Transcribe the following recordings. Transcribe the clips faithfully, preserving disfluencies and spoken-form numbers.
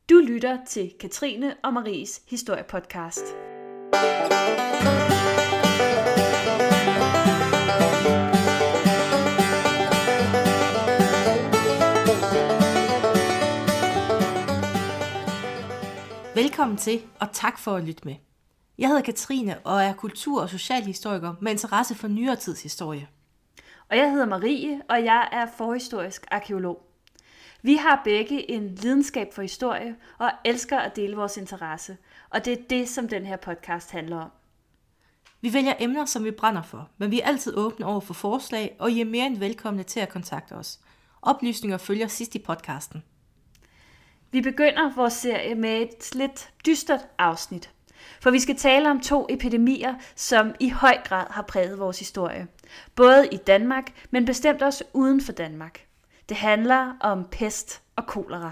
Du lytter til Katrine og Maries historiepodcast. Velkommen til, og tak for at lytte med. Jeg hedder Katrine og er kultur- og socialhistoriker med interesse for nyere tids historie. Og jeg hedder Marie, og jeg er forhistorisk arkæolog. Vi har begge en lidenskab for historie og elsker at dele vores interesse, og det er det, som den her podcast handler om. Vi vælger emner, som vi brænder for, men vi er altid åbne over for forslag, og I er mere end velkomne til at kontakte os. Oplysninger følger sidst i podcasten. Vi begynder vores serie med et lidt dystert afsnit, for vi skal tale om to epidemier, som i høj grad har præget vores historie. Både i Danmark, men bestemt også uden for Danmark. Det handler om pest og kolera.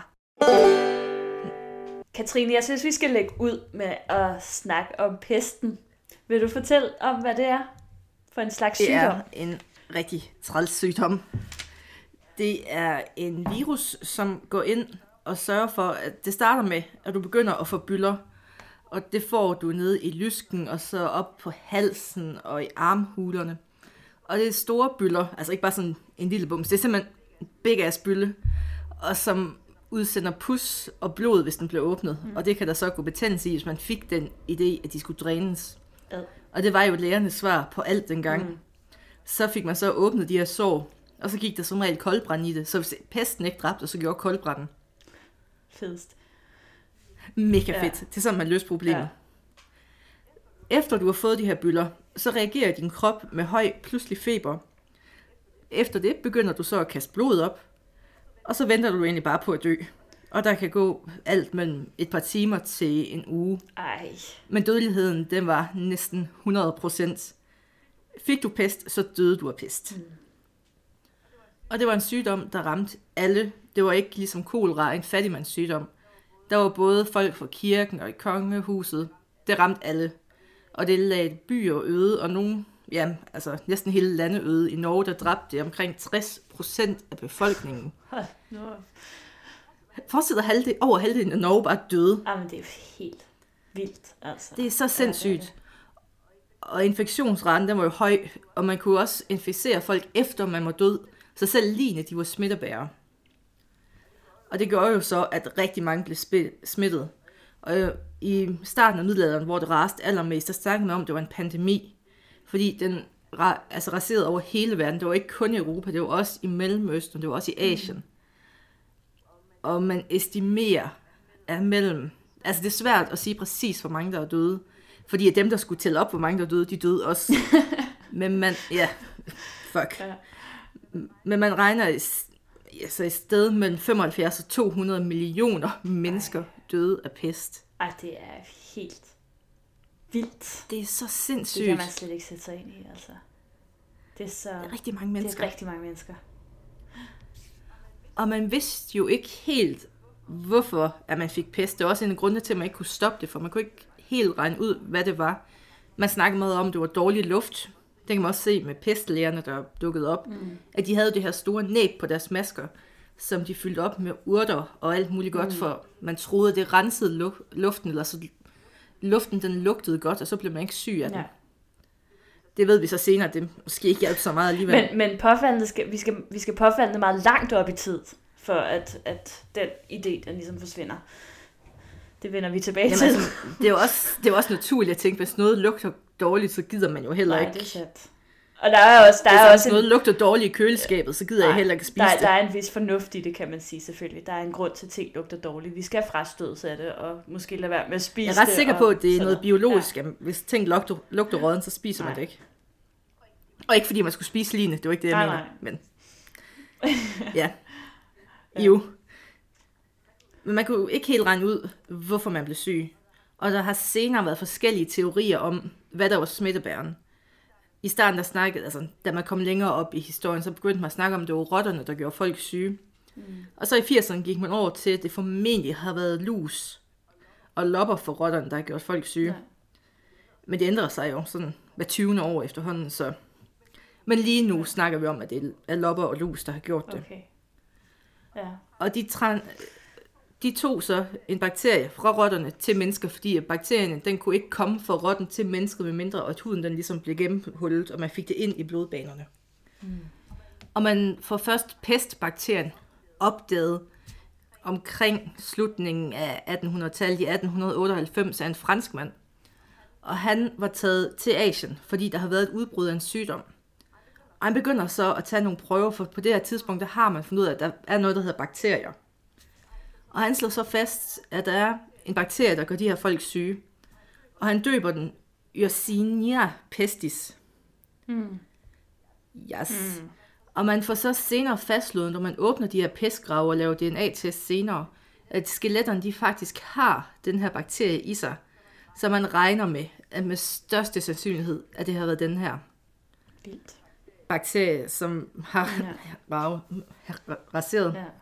Katrine, jeg synes, vi skal lægge ud med at snakke om pesten. Vil du fortælle om, hvad det er for en slags sygdom? Det er en rigtig træls sygdom. Det er en virus, som går ind og sørger for, at det starter med, at du begynder at få bylder. Og det får du nede i lysken, og så op på halsen og i armhulerne. Og det er store bylder, altså ikke bare sådan en lille bums. Det er simpelthen big ass bylde, og som udsender pus og blod, hvis den bliver åbnet. Mm. Og det kan der så gå betændelse i, hvis man fik den idé, at de skulle drænes. Mm. Og det var jo lægernes svar på alt dengang. Mm. Så fik man så åbnet de her sår, og så gik der som regel koldbrand i det. Så hvis pesten ikke dræbte, så gjorde koldbranden. Fedest. Mega fedt. Ja. Det er sådan, man løser problemet. Ja. Efter du har fået de her bylder, så reagerer din krop med høj pludselig feber. Efter det begynder du så at kaste blod op, og så venter du egentlig bare på at dø. Og der kan gå alt mellem et par timer til en uge. Ej. Men dødeligheden, den var næsten hundrede procent. Fik du pest, så døde du af pest. Mm. Og det var en sygdom, der ramte alle. Det var ikke ligesom kolera, en fattigmandssygdom. Der var både folk fra kirken og i kongehuset. Det ramte alle. Og det lagde byer øde, og nogle, ja, altså næsten hele landet øde. I Norge, der dræbte det omkring tres procent af befolkningen. Forestil dig, halvdel, over halvdelen af Norge bare døde. Jamen, det er helt vildt, altså. Det er så sindssygt. Og infektionsraten, den var jo høj, og man kunne også inficere folk, efter man var død. Så selv ligene, de var smittebærere. Og det gjorde jo så, at rigtig mange blev smittet. Og i starten af middelalderen, hvor det raste allermest, der snakkede man om, at det var en pandemi. Fordi den altså raserede over hele verden. Det var ikke kun i Europa, det var også i Mellemøsten, det var også i Asien. Mm. Og man estimerer, at mellem... Altså det er svært at sige præcis, hvor mange der er døde. Fordi at dem, der skulle tælle op, hvor mange der er døde, de døde også. Men man... Ja, fuck. Ja. Men man regner altså et sted mellem femoghalvfjerds og to hundrede millioner mennesker Ej. døde af pest. Ej, det er helt vildt. Det er så sindssygt. Det kan man slet ikke sætte sig ind i, altså. Det er så... Det er rigtig mange mennesker. Det er rigtig mange mennesker. Og man vidste jo ikke helt, hvorfor at man fik pest. Det var også en af grundene til, at man ikke kunne stoppe det, for man kunne ikke helt regne ud, hvad det var. Man snakkede meget om, at det var dårlig luft. Det kan man også se med pestlægerne, der dukkede op. Mm. At de havde det her store næb på deres masker, som de fyldte op med urter og alt muligt godt, mm. for man troede, at det rensede luften, eller så luften den lugtede godt, og så blev man ikke syg af den. Ja. Det ved vi så senere, det måske ikke hjælpe så meget alligevel. Men, men påfaldende skal, vi, skal, vi skal påfaldende meget langt op i tid, for at, at den idé, den ligesom forsvinder. Det vender vi tilbage Jamen, til. Altså, det er jo også, det er også naturligt at tænke, hvis noget lugter dårligt, så gider man jo heller Nej, ikke. det er sandt. Og der er også... Der hvis er også noget en... lugter dårligt i køleskabet, så gider Nej, jeg heller ikke spise der, det. Der er en vis fornuft i det, kan man sige selvfølgelig. Der er en grund til, at ting lugter dårligt. Vi skal frastødes af det, og måske lade være med at spise det. Jeg er ret det, sikker på, at det er noget der. biologisk. Ja. Hvis ting lugter, lugter råden, så spiser Nej. man det ikke. Og ikke fordi man skulle spise line, det var ikke det, jeg nej, mener. Nej. Men ja. Jo. Men man kunne jo ikke helt regne ud, hvorfor man blev syg. Og der har senere været forskellige teorier om, hvad der var smittebæreren. I starten der snakkede, altså da man kom længere op i historien, så begyndte man at snakke om, at det var rotterne, der gjorde folk syge. Mm. Og så i firserne gik man over til, at det formentlig har været lus og lopper for rotterne, der har gjort folk syge. Ja. Men det ændrer sig jo sådan hver tyvende år efterhånden, så... Men lige nu snakker vi om, at det er lopper og lus, der har gjort det. Okay. Ja. Og de, tra- de tog så en bakterie fra rotterne til mennesker, fordi bakterien den kunne ikke komme fra rotten til mennesker, med mindre at huden den ligesom blev gennemhullet, og man fik det ind i blodbanerne. Mm. Og man får først pestbakterien opdaget omkring slutningen af attenhundredetallet, i atten otteoghalvfems, af en franskmand. Og han var taget til Asien, fordi der har været et udbrud af en sygdom. Og han begynder så at tage nogle prøver, for på det her tidspunkt, der har man fundet ud af, at der er noget, der hedder bakterier. Og han slår så fast, at der er en bakterie, der gør de her folk syge. Og han døber den Yersinia pestis. Mm. Yes. Mm. Og man får så senere fastslået, når man åbner de her pestgrave og laver D N A-test senere, at skeletterne de faktisk har den her bakterie i sig. Så man regner med, at med største sandsynlighed, at det har været den her Vildt. bakterie, som har ja. wow, raseret. Ja.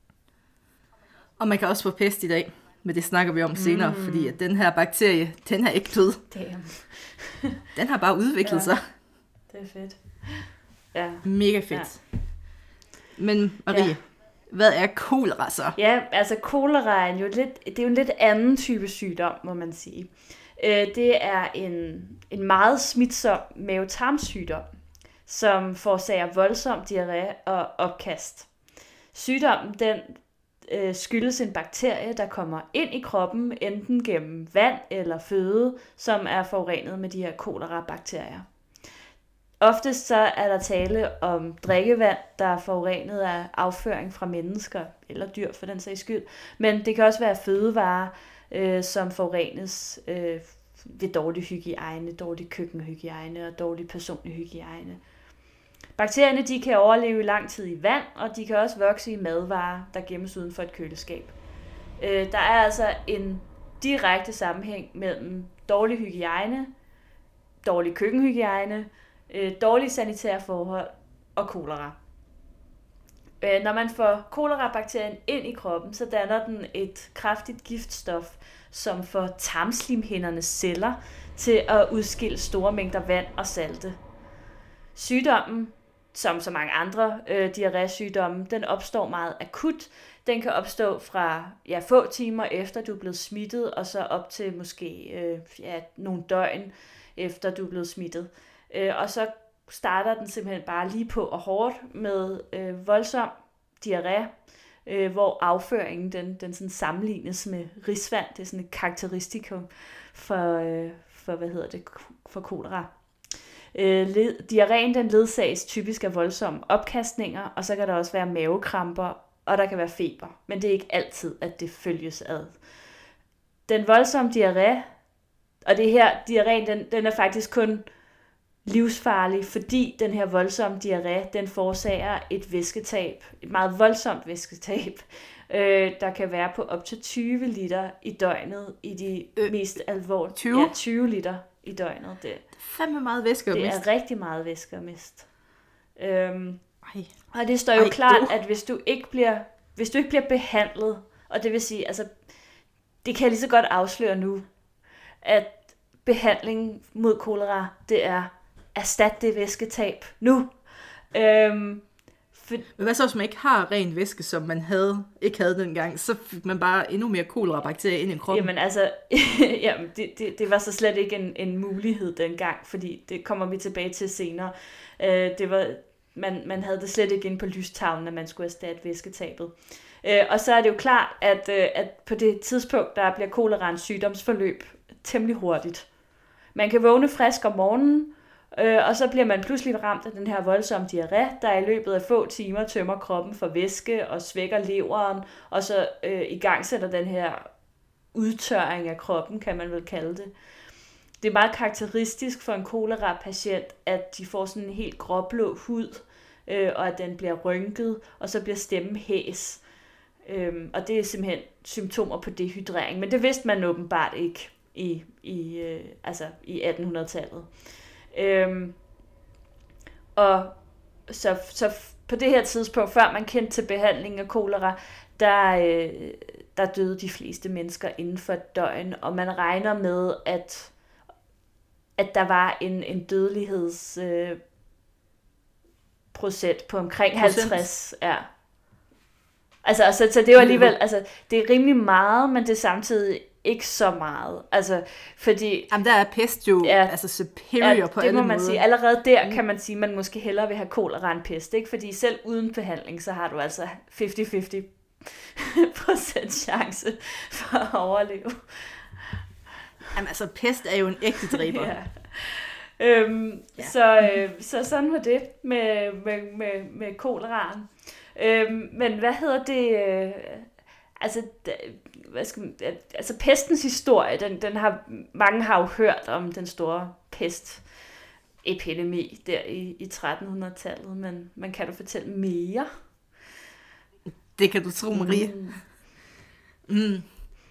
Og man kan også få pest i dag, men det snakker vi om senere, mm. fordi at den her bakterie, den er ikke død. Damn. Den har bare udviklet ja. sig. Det er fedt. Ja. Mega fedt. Ja. Men Marie, ja. hvad er kolera så? Ja, altså kolera er jo lidt, det er jo en lidt anden type sygdom, må man sige. Det er en, en meget smitsom mavetarmsygdom, som forårsager voldsom diarré og opkast. Sygdommen den øh, skyldes en bakterie, der kommer ind i kroppen, enten gennem vand eller føde, som er forurenet med de her kolera-bakterier. Oftest så er der tale om drikkevand, der er forurenet af afføring fra mennesker, eller dyr for den sags skyld. Men det kan også være fødevarer, øh, som forurenes øh, ved dårlig hygiejne, dårlig køkkenhygiejne og dårlig personlig hygiejne. Bakterierne de kan overleve i lang tid i vand, og de kan også vokse i madvarer, der gemmes uden for et køleskab. Øh, der er altså en direkte sammenhæng mellem dårlig hygiejne, dårlig køkkenhygiejne, øh, dårlige sanitære forhold og kolera. Øh, når man får kolera-bakterien ind i kroppen, så danner den et kraftigt giftstof, som får tarmslimhindernes celler til at udskille store mængder vand og salte. Sygdommen, som så mange andre øh, diarrésygdomme, den opstår meget akut. Den kan opstå fra ja, få timer efter du er blevet smittet, og så op til måske øh, ja, nogle døgn efter du er blevet smittet. Øh, og så starter den simpelthen bare lige på og hårdt med øh, voldsom diarré, øh, hvor afføringen den, den sådan sammenlignes med risvand. Det er sådan et karakteristikum for, øh, for hvad hedder det, for kolera. Øh, led, diarréen den ledsages typisk af voldsomme opkastninger, og så kan der også være mavekramper, og der kan være feber. Men det er ikke altid, at det følges ad. Den voldsomme diarré, og det her, diarréen, den, den er faktisk kun livsfarlig, fordi den her voldsomme diarré, den forårsager et væsketab, et meget voldsomt væsketab, øh, der kan være på op til tyve liter i døgnet i de øh, mest alvorlige. tyve? Ja, tyve liter i døgnet. Det, det er fandme meget væske at det miste. er rigtig meget væske at miste. Øhm, Ej. og det står jo Ej, klart, uh. at hvis du ikke bliver, hvis du ikke bliver behandlet, og det vil sige, altså, det kan jeg lige så godt afsløre nu, at behandling mod kolera, det er erstat det væsketab nu. Øhm, for... Men hvad så, hvis man ikke har ren væske, som man havde, ikke havde dengang, så fik man bare endnu mere kolera-bakterier ind i kroppen? Jamen altså, jamen, det, det, det var så slet ikke en, en mulighed dengang, fordi det kommer vi tilbage til senere. Øh, det var, man, man havde det slet ikke inde på lystavlen, at man skulle erstatte væsketabet. Øh, og så er det jo klart, at, øh, at på det tidspunkt, der bliver kolera en sygdomsforløb temmelig hurtigt. Man kan vågne frisk om morgenen, Øh, og så bliver man pludselig ramt af den her voldsomme diarré, der i løbet af få timer tømmer kroppen for væske og svækker leveren, og så øh, i gang sætter den her udtørring af kroppen, kan man vel kalde det. Det er meget karakteristisk for en kolera-patient, at de får sådan en helt gråblå hud, øh, og at den bliver rynket, og så bliver stemmen hæs. Øh, og det er simpelthen symptomer på dehydrering, men det vidste man åbenbart ikke i, i, øh, altså i attenhundredetallet. Øhm, og så, så på det her tidspunkt, før man kendte til behandling af kolera, der, øh, der døde de fleste mennesker inden for et døgn, og man regner med, at, at der var en, en dødeligheds øh, procent på omkring procent. halvtreds. Ja. Altså, altså, så det er jo alligevel, altså, det er rimelig meget, men det er samtidig ikke så meget. Altså, fordi... Jamen, der er pest jo ja, altså superior ja, på alle måder. Det må man sige. Allerede der kan man sige, at man måske hellere vil have kolera end pest, ikke? Fordi selv uden behandling, så har du altså halvtreds til halvtreds procent chance for at overleve. Jamen, altså, pest er jo en ægte dræber. ja. Øhm, ja. Så, øh, så sådan var det med, med, med, med koleraen. Øhm, men hvad hedder det... Øh, altså, hvad skal man, altså pestens historie, den, den har, mange har jo hørt om den store pestepidemi der i, i trettenhundredetallet, men man kan du fortælle mere? Det kan du tro, Marie. Mm. Mm.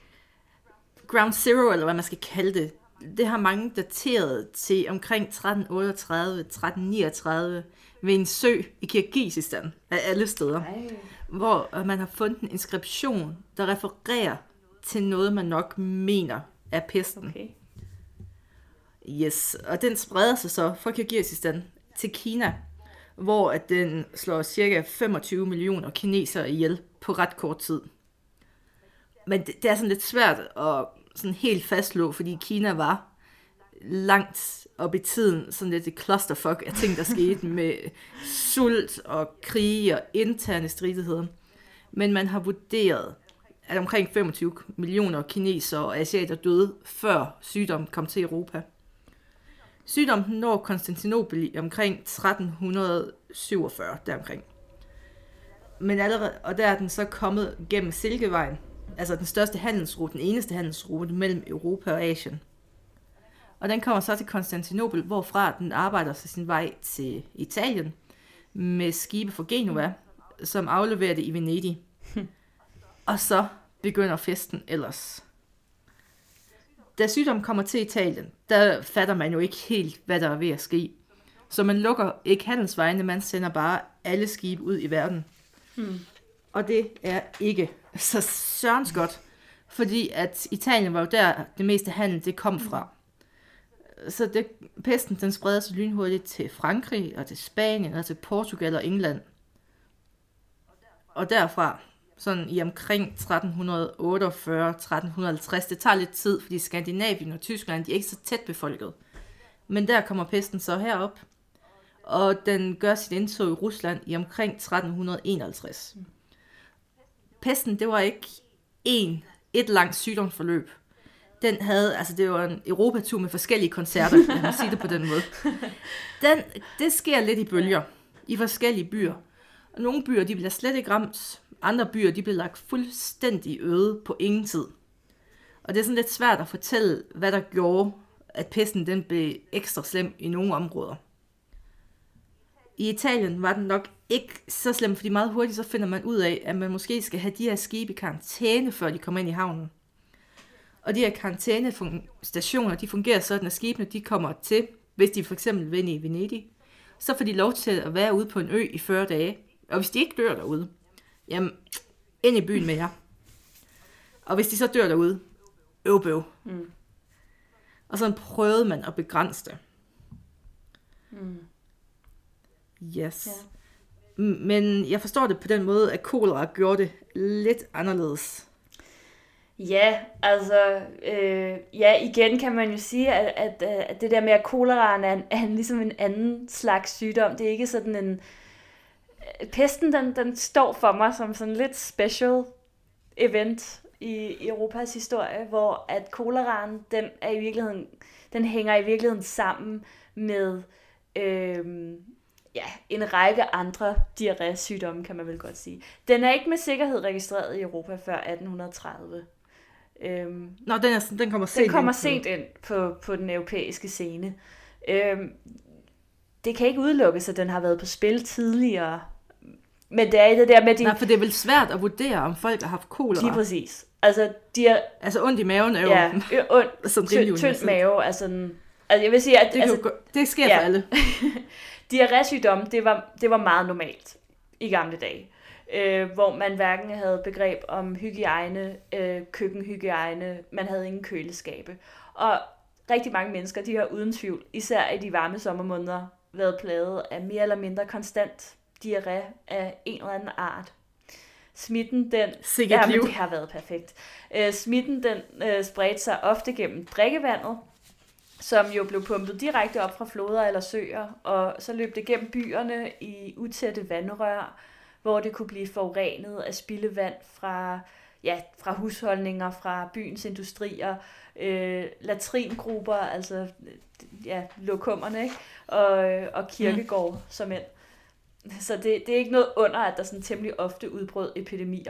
Ground Zero, eller hvad man skal kalde det, det har mange dateret til omkring tretten otteogtredive til tretten niogtredive ved en sø i Kirgisistan af alle steder. Ej. Hvor man har fundet en inskription, der refererer til noget, man nok mener er pesten. Okay. Yes, og den spreder sig så fra Kirgisistan til Kina, hvor at den slår cirka femogtyve millioner kinesere ihjel på ret kort tid. Men det, det er sådan lidt svært at sådan helt fastslå, fordi Kina var langt op i tiden sådan lidt et clusterfuck af ting, der skete med sult og krige og interne stridigheder. Men man har vurderet, at omkring femogtyve millioner kinesere og asiater døde, før sygdommen kom til Europa. Sygdommen når Konstantinopel i omkring tretten syvogfyrre, deromkring. Men allerede, og der er den så kommet gennem Silkevejen, altså den største handelsrute, den eneste handelsrute mellem Europa og Asien. Og den kommer så til Konstantinopel, hvorfra den arbejder sig sin vej til Italien med skibe fra Genova, som afleverer det i Venedig. Og så begynder festen ellers. Da sygdommen kommer til Italien, der fatter man jo ikke helt, hvad der er ved at ske. Så man lukker ikke handelsvejene, man sender bare alle skibe ud i verden. Hmm. Og det er ikke så sørens godt, fordi at Italien var jo der, det meste handel det kom fra. Så det, pesten den spreder sig lynhurtigt til Frankrig og til Spanien og til Portugal og England. Og derfra, sådan i omkring tretten otteogfyrre til tretten halvtreds, det tager lidt tid, fordi Skandinavien og Tyskland de er ikke så tæt befolket. Men der kommer pesten så herop, og den gør sit indtog i Rusland i omkring tretten enoghalvtreds. Pesten, det var ikke en, et langt sygdomsforløb. Den havde, altså det var en Europatur med forskellige koncerter, jeg må sige det på den måde. Den, det sker lidt i bølger, i forskellige byer. Og nogle byer, de bliver slet ikke ramt. Andre byer, de bliver lagt fuldstændig øde på ingen tid. Og det er sådan lidt svært at fortælle, hvad der gjorde, at pesten den blev ekstra slem i nogle områder. I Italien var den nok ikke så slem, fordi meget hurtigt så finder man ud af, at man måske skal have de her skibe i karantæne, før de kommer ind i havnen. Og de her karantænestationer, de fungerer sådan, at skibene de kommer til, hvis de for eksempel vil ind i Venedig, så får de lov til at være ude på en ø i fyrre dage. Og hvis de ikke dør derude, jamen, ind i byen med jer. Og hvis de så dør derude, øvbøv. Mm. Og sådan prøvede man at begrænse det. Mm. Yes. Ja. Men jeg forstår det på den måde, at kolera gjorde det lidt anderledes. Ja, altså, øh, ja, igen kan man jo sige, at, at, at det der med, at koleraen er, en, er en, ligesom en anden slags sygdom. Det er ikke sådan en... Pesten, den, den står for mig som sådan lidt special event i, i Europas historie, hvor at koleraen, den er i virkeligheden, den hænger i virkeligheden sammen med øh, ja, en række andre diarrésygdomme, kan man vel godt sige. Den er ikke med sikkerhed registreret i Europa før atten tredive. Øhm, Nå, den, er, den kommer sent den kommer ind, sent ind på, på den europæiske scene. Øhm, det kan ikke udelukkes, at den har været på spil tidligere. Men det er det der med de... Nej, for det er vel svært at vurdere, om folk har haft kolera. Lige præcis. Altså, de er... altså ondt i maven er jo... Ja, ondt, tynd, tynd mave. Altså, altså, jeg vil sige, at... Det, altså, gå, det sker ja. for alle. Diarrésygdomme, det var, det var meget normalt i gamle dage. Øh, hvor man hverken havde begreb om hygiejne, øh, køkkenhygiejne, man havde ingen køleskabe. Og rigtig mange mennesker, de har uden tvivl, især i de varme sommermåneder, været plaget af mere eller mindre konstant diarré af en eller anden art. Smitten, den... Sikkert ja, liv. det har været perfekt. Øh, smitten, den øh, spredte sig ofte gennem drikkevandet, som jo blev pumpet direkte op fra floder eller søer, og så løb det gennem byerne i utætte vandrør, hvor det kunne blive forurenet af spildevand fra, ja, fra husholdninger, fra byens industrier, øh, latringrupper, altså ja, lokummerne, ikke? Og, og kirkegård mm. som end. Så det, det er ikke noget under, at der sådan temmelig ofte udbrød epidemier.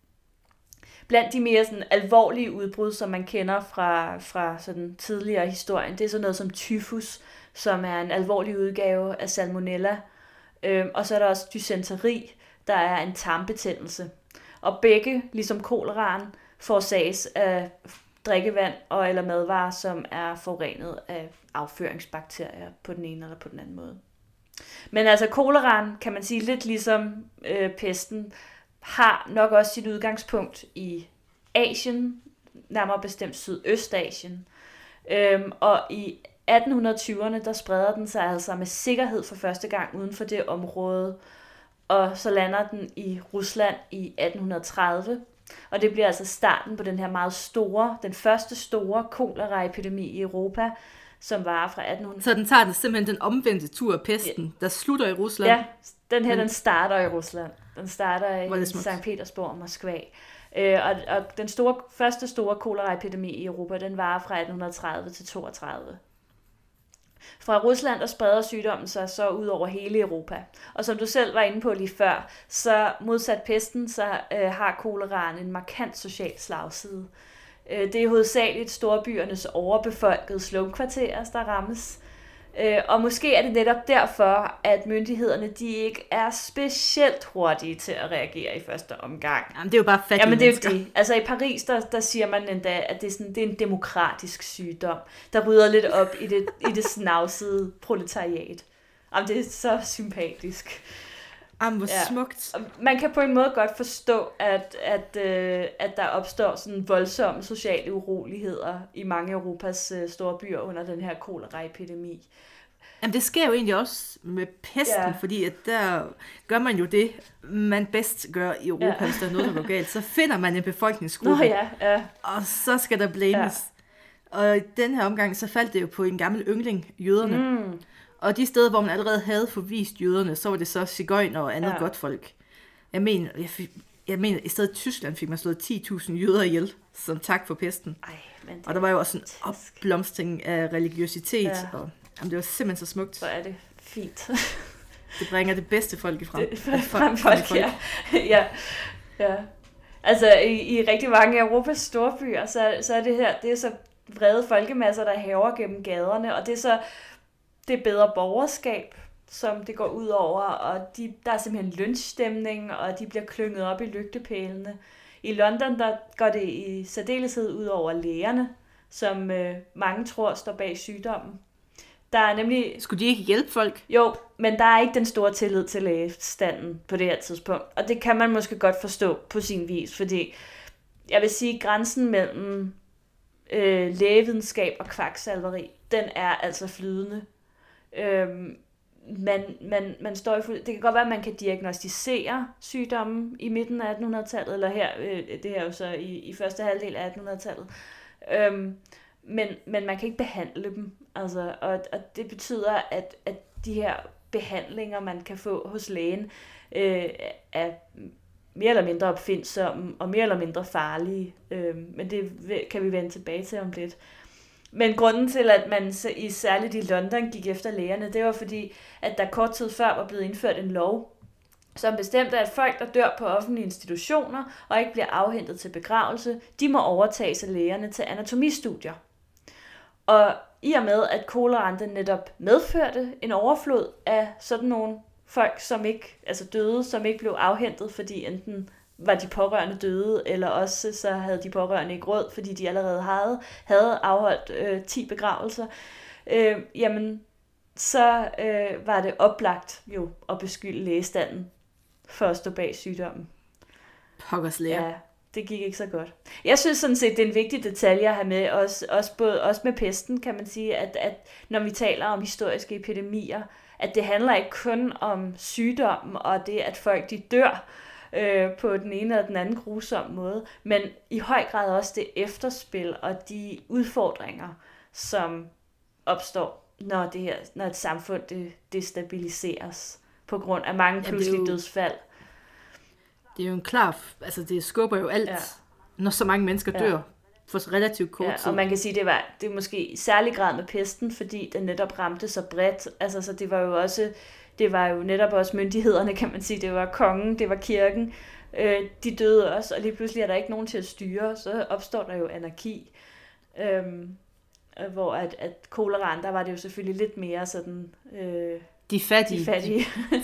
Blandt de mere sådan alvorlige udbrud, som man kender fra, fra sådan tidligere historien, det er sådan noget som tyfus, som er en alvorlig udgave af salmonella. Øhm, og så er der også dysenteri, der er en tarmbetændelse. Og begge, ligesom koleraen, forårsages af drikkevand og eller madvarer, som er forurenet af afføringsbakterier på den ene eller på den anden måde. Men altså koleraen, kan man sige lidt ligesom øh, pesten, har nok også sit udgangspunkt i Asien, nærmere bestemt Sydøstasien. Øhm, og i atten tyverne, der spreder den sig altså med sikkerhed for første gang uden for det område, og så lander den i Rusland i atten tredive, og det bliver altså starten på den her meget store, den første store koleraepidemi i Europa, som varer fra atten hundrede. Så den tager den simpelthen den omvendte tur af pesten, ja. Der slutter i Rusland? Ja, den her, Men... den starter i Rusland. Den starter i Sankt Petersborg og Moskva. Øh, og, og den store, første store koleraepidemi i Europa, den varer fra atten tredive til toogtredive. Fra Rusland, der spreder sygdommen sig så ud over hele Europa. Og som du selv var inde på lige før, så modsat pesten, så øh, har koleraen en markant social slagside. Øh, det er hovedsageligt storbyernes overbefolkede slumkvarterer, der rammes. Øh, og måske er det netop derfor, at myndighederne de ikke er specielt hurtige til at reagere i første omgang. Jamen, det er jo bare fattige Jamen, det er mennesker. Det. Altså i Paris, der, der siger man endda, at det er, sådan, det er en demokratisk sygdom, der rydder lidt op i det, i det snavsede proletariat. Jamen, det er så sympatisk. Jamen, hvor ja. Smukt. Man kan på en måde godt forstå, at, at, øh, at der opstår sådan voldsomme sociale uroligheder i mange Europas øh, store byer under den her koleraepidemi. Jamen, det sker jo egentlig også med pesten, ja. Fordi at der gør man jo det, man bedst gør i Europa, ja. Hvis der er noget, der går galt. Så finder man en befolkningsgruppe, Nå, ja, ja. Og så skal der blames. Ja. Og i den her omgang, så faldt det jo på en gammel yngling, jøderne. Mm. Og de steder, hvor man allerede havde forvist jøderne, så var det så sigøjner og andet ja. Godt folk. Jeg mener, jeg, fik, jeg mener, i stedet i Tyskland fik man slået ti tusind jøder ihjel, som tak for pesten. Ej, men og der var jo også en opblomstring af religiøsitet, ja. Og jamen, det var simpelthen så smukt. Så er det fint. Det bringer det bedste folk i frem. Det, frem, frem folk, folk. Ja. ja. ja. Altså, i, i rigtig mange af Europas storbyer, så, så er det her, det er så vrede folkemasser, der hæver gennem gaderne, og det er så det bedre borgerskab, som det går ud over, og de, der er simpelthen lynchstemning, og de bliver klynget op i lygtepælene. I London, der går det i særdeleshed ud over lægerne, som øh, mange tror står bag sygdommen. Der er nemlig... Skulle de ikke hjælpe folk? Jo, men der er ikke den store tillid til lægestanden på det her tidspunkt, og det kan man måske godt forstå på sin vis, fordi jeg vil sige, grænsen mellem øh, lægevidenskab og kvaksalveri, den er altså flydende. Øhm, man, man, man står i fuld... Det kan godt være, at man kan diagnostisere sygdommen i midten af attenhundredetallet, eller her, øh, det her jo så i, i første halvdel af attenhundredetallet. Øhm, men, men man kan ikke behandle dem. Altså, og, og det betyder, at, at de her behandlinger, man kan få hos lægen, øh, er mere eller mindre opfindsomme og mere eller mindre farlige. Øh, men det kan vi vende tilbage til om lidt. Men grunden til, at man i særligt i London gik efter lægerne, det var fordi, at der kort tid før var blevet indført en lov, som bestemte, at folk, der dør på offentlige institutioner og ikke bliver afhentet til begravelse, de må overtages af lægerne til anatomistudier. Og i og med, at koleraen den netop medførte en overflod af sådan nogle folk, som ikke, altså døde, som ikke blev afhentet, fordi enten var de pårørende døde, eller også så havde de pårørende ikke råd, fordi de allerede havde, havde afholdt øh, ti begravelser, øh, jamen så øh, var det oplagt jo at beskylde lægestanden for at stå bag sygdommen. Pokkers læger. Ja, det gik ikke så godt. Jeg synes sådan set, det er en vigtig detalje at have med, også, også, både, også med pesten, kan man sige, at, at når vi taler om historiske epidemier, at det handler ikke kun om sygdommen og det, at folk de dør, øh, på den ene eller den anden grusomme måde, men i høj grad også det efterspil og de udfordringer, som opstår, når, det her, når et samfund det destabiliseres på grund af mange pludselige ja, dødsfald. Det er jo en klar, altså det skubber jo alt, ja. Når så mange mennesker dør ja. For relativt kort ja, tid. Og man kan sige, det var det er måske i særlig grad med pesten, fordi den netop ramte så bredt. Altså så det var jo også, det var jo netop også myndighederne, kan man sige. Det var kongen, det var kirken. Øh, de døde også, og lige pludselig er der ikke nogen til at styre, så opstår der jo anarki. Øhm, hvor at, at koleraen, der var det jo selvfølgelig lidt mere sådan... Øh, de fattige. De fattige.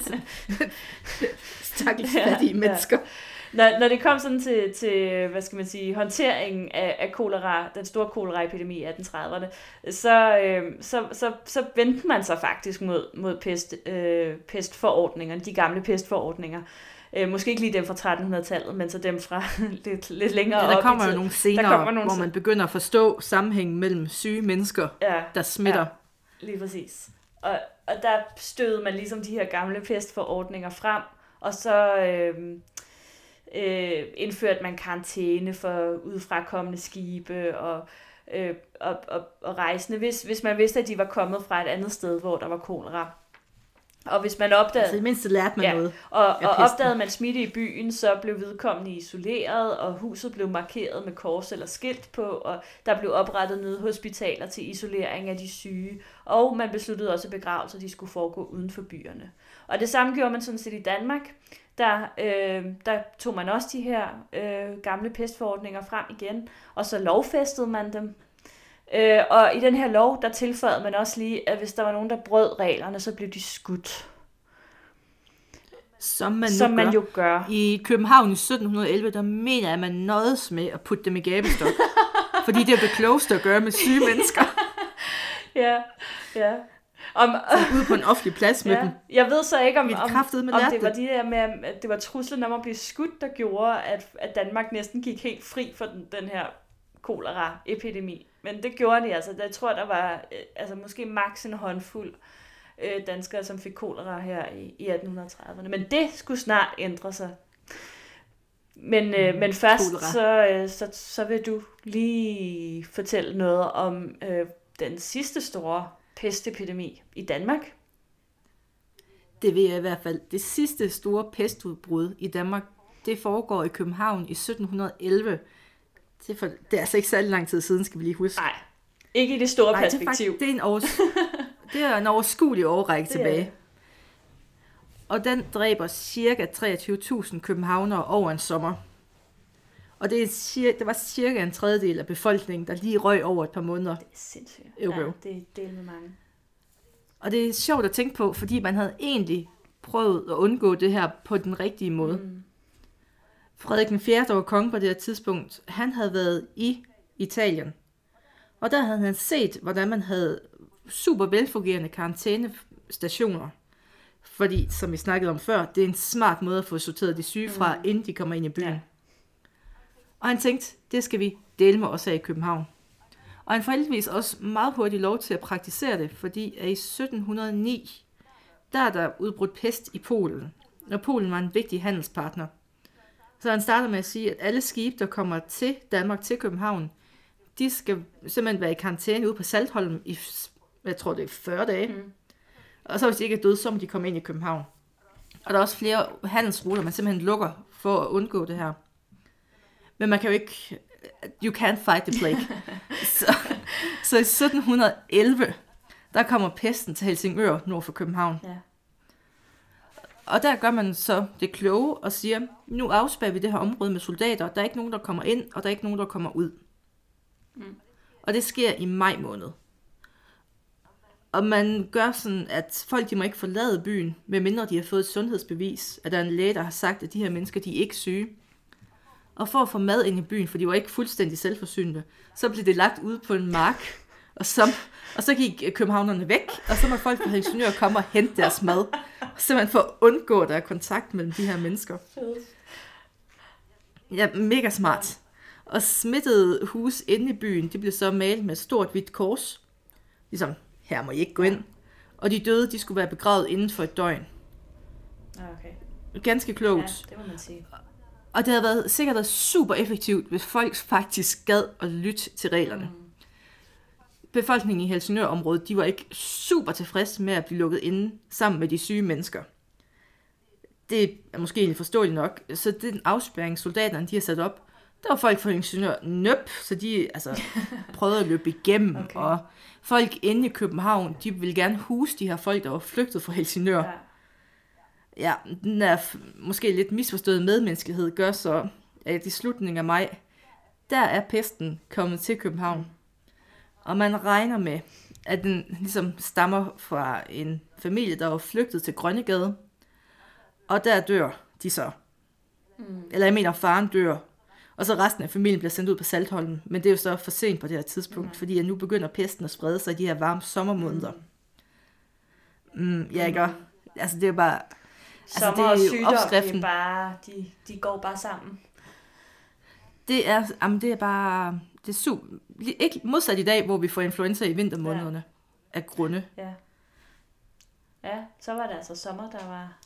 Stakkels fattige ja, mennesker. Ja. Når, når det kom sådan til, til, hvad skal man sige, håndteringen af, af kolera, den store koleraepidemi i atten trediverne, så, øh, så, så, så vendte man sig faktisk mod, mod pest, øh, pestforordningerne, de gamle pestforordninger. Øh, måske ikke lige dem fra trettenhundredetallet, men så dem fra lidt, lidt længere ja, op i tid. Der kommer jo nogle senere, nogle hvor man begynder at forstå sammenhængen mellem syge mennesker, ja, der smitter. Ja, lige præcis. Og, og der stødede man ligesom de her gamle pestforordninger frem, og så... Øh, Øh, indførte man karantæne for udefrakommende skibe og, øh, og, og, og rejsende, hvis, hvis man vidste, at de var kommet fra et andet sted, hvor der var kolera. Og hvis man opdagede... Altså i mindste lærte man ja, noget. Og, og opdagede man smitte i byen, så blev vedkommende isoleret, og huset blev markeret med kors eller skilt på, og der blev oprettet nødhospitaler til isolering af de syge, og man besluttede også, at begravelser de skulle foregå uden for byerne. Og det samme gjorde man sådan set i Danmark. Der, øh, der tog man også de her øh, gamle pestforordninger frem igen, og så lovfæstede man dem. Øh, og i den her lov, der tilføjede man også lige, at hvis der var nogen, der brød reglerne, så blev de skudt. Som man, Som nu man gør. jo gør. I København i sytten elleve, der mener jeg, at man nøjes med at putte dem i gabestok. Fordi det er det klogeste at gøre med syge mennesker. ja, ja. Om, så ude på en offentlig plads med ja, dem. Jeg ved så ikke, om, om, om det var de der med, at det var truslen om at blive skudt, der gjorde, at, at Danmark næsten gik helt fri for den, den her kolera-epidemi. Men det gjorde de altså. Jeg tror, der var altså, måske maks en håndfuld øh, danskere, som fik kolera her i, i atten trediverne. Men det skulle snart ændre sig. Men, øh, men først, så, øh, så, så vil du lige fortælle noget om øh, den sidste store pestepidemi i Danmark. Det ved jeg i hvert fald. Det sidste store pestudbrud i Danmark, det foregår i København i sytten elleve. Det er, for, det er altså ikke særlig lang tid siden, skal vi lige huske. Nej, ikke i det store Nej, perspektiv. Det er, faktisk, det, er en års, det er en overskuelig årrække tilbage. Er. Og den dræber cirka treogtyve tusind københavnere over en sommer. Og det, er cirka, det var cirka en tredjedel af befolkningen, der lige røg over et par måneder. Det er sindssygt. Ja, det er del med mange. Og det er sjovt at tænke på, fordi man havde egentlig prøvet at undgå det her på den rigtige måde. Mm. Frederik den fjerde, der var konge på det her tidspunkt, han havde været i Italien. Og der havde han set, hvordan man havde super velfungerende karantænestationer. Fordi, som vi snakkede om før, det er en smart måde at få sorteret de syge fra, mm. inden de kommer ind i byen. Ja. Og han tænkte, det skal vi dele med os af i København. Og han får heldigvis også meget hurtigt lov til at praktisere det, fordi at i sytten hundrede og ni, der er der udbrudt pest i Polen. Og Polen var en vigtig handelspartner. Så han starter med at sige, at alle skibe, der kommer til Danmark, til København, de skal simpelthen være i karantæne ude på Saltholm i, jeg tror det er fyrre dage. Mm. Og så hvis de ikke er døde, så må de komme ind i København. Og der er også flere handelsruter, man simpelthen lukker for at undgå det her. Men man kan jo ikke... You can't fight the plague. så, så i sytten elleve, der kommer pesten til Helsingør, nord for København. Ja. Og der gør man så det kloge og siger, nu afspærrer vi det her område med soldater. Der er ikke nogen, der kommer ind, og der er ikke nogen, der kommer ud. Mm. Og det sker i maj måned. Og man gør sådan, at folk de må ikke forlade byen, medmindre de har fået et sundhedsbevis, at der er en læge, der har sagt, at de her mennesker de er ikke syge. Og for at få mad ind i byen, for de var ikke fuldstændig selvforsynende, så blev det lagt ud på en mark, og så, og så gik københavnerne væk, og så må folk fra Helsingør komme og hente deres mad, simpelthen for at undgå, at der er kontakt mellem de her mennesker. Ja, mega smart. Og smittede hus inde i byen, de blev så malet med et stort hvidt kors, ligesom, her må I ikke gå ind. Og de døde, de skulle være begravet inden for et døgn. Okay. Ganske klogt. Ja, det må man sige. Og det havde været, sikkert været super effektivt, hvis folk faktisk gad at lytte til reglerne. Mm. Befolkningen i Helsingør-området, de var ikke super tilfredse med at blive lukket inde sammen med de syge mennesker. Det er måske egentlig forståeligt nok. Så den afspærring, soldaterne de har sat op, der var folk fra Helsingør nøp, så de altså, prøvede at løbe igennem. Okay. Og folk inde i København, de ville gerne huse de her folk, der var flygtet fra Helsingør. Ja. Ja, den er måske lidt misforstået medmenneskelighed gør så, at i slutningen af maj, der er pesten kommet til København. Og man regner med, at den ligesom stammer fra en familie, der var flygtet til Grønnegade. Og der dør de så. Mm. Eller jeg mener, faren dør. Og så resten af familien bliver sendt ud på Saltholm. Men det er jo så for sent på det her tidspunkt, mm. fordi nu begynder pesten at sprede sig i de her varme sommermåneder. Mm, ja, ikke? Altså, det er bare... Sommer altså, det er og sygdom, det er bare, de, de går bare sammen. Det er, jamen, det er bare, det er super, ikke modsat i dag, hvor vi får influenza i vintermånederne ja. Af grunde. Ja. Ja, så var det altså sommer, der var...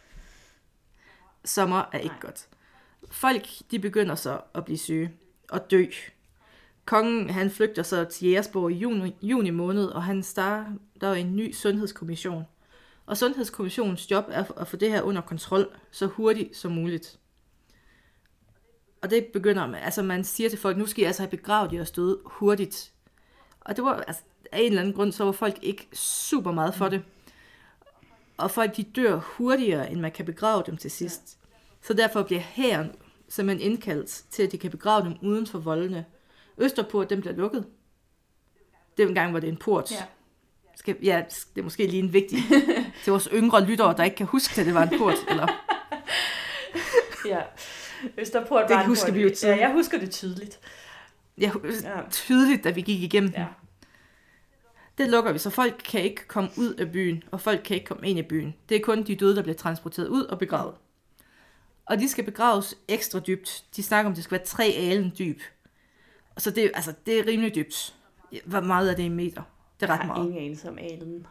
Sommer er ikke Nej. Godt. Folk, de begynder så at blive syge og dø. Kongen, han flygter så til Jægersborg i juni, juni måned, og han starter der en ny sundhedskommission. Og Sundhedskommissionens job er at få det her under kontrol så hurtigt som muligt. Og det begynder med, altså man siger til folk, nu skal I altså have begravet jeres døde hurtigt. Og det var altså, af en eller anden grund, så var folk ikke super meget for det. Og folk de dør hurtigere, end man kan begrave dem til sidst. Så derfor bliver hæren simpelthen indkaldt til, at de kan begrave dem uden for voldene. Østerport, den bliver lukket. Det var en gang, hvor det er en port. Ja. Skal, ja, det er måske lige en vigtig til vores yngre lyttere, der ikke kan huske, at det var en port. Eller? Ja, Østerport var en husker port. Vi ja, jeg husker det tydeligt. Ja, tydeligt, da vi gik igennem. Ja. Det lukker vi, så folk kan ikke komme ud af byen, og folk kan ikke komme ind i byen. Det er kun de døde, der bliver transporteret ud og begravet. Og de skal begraves ekstra dybt. De snakker om, at det skal være tre alen dyb. Så det, altså, det er rimelig dybt. Hvor meget er det i meter? Det er ret meget. Jeg har ingen anelse om alen.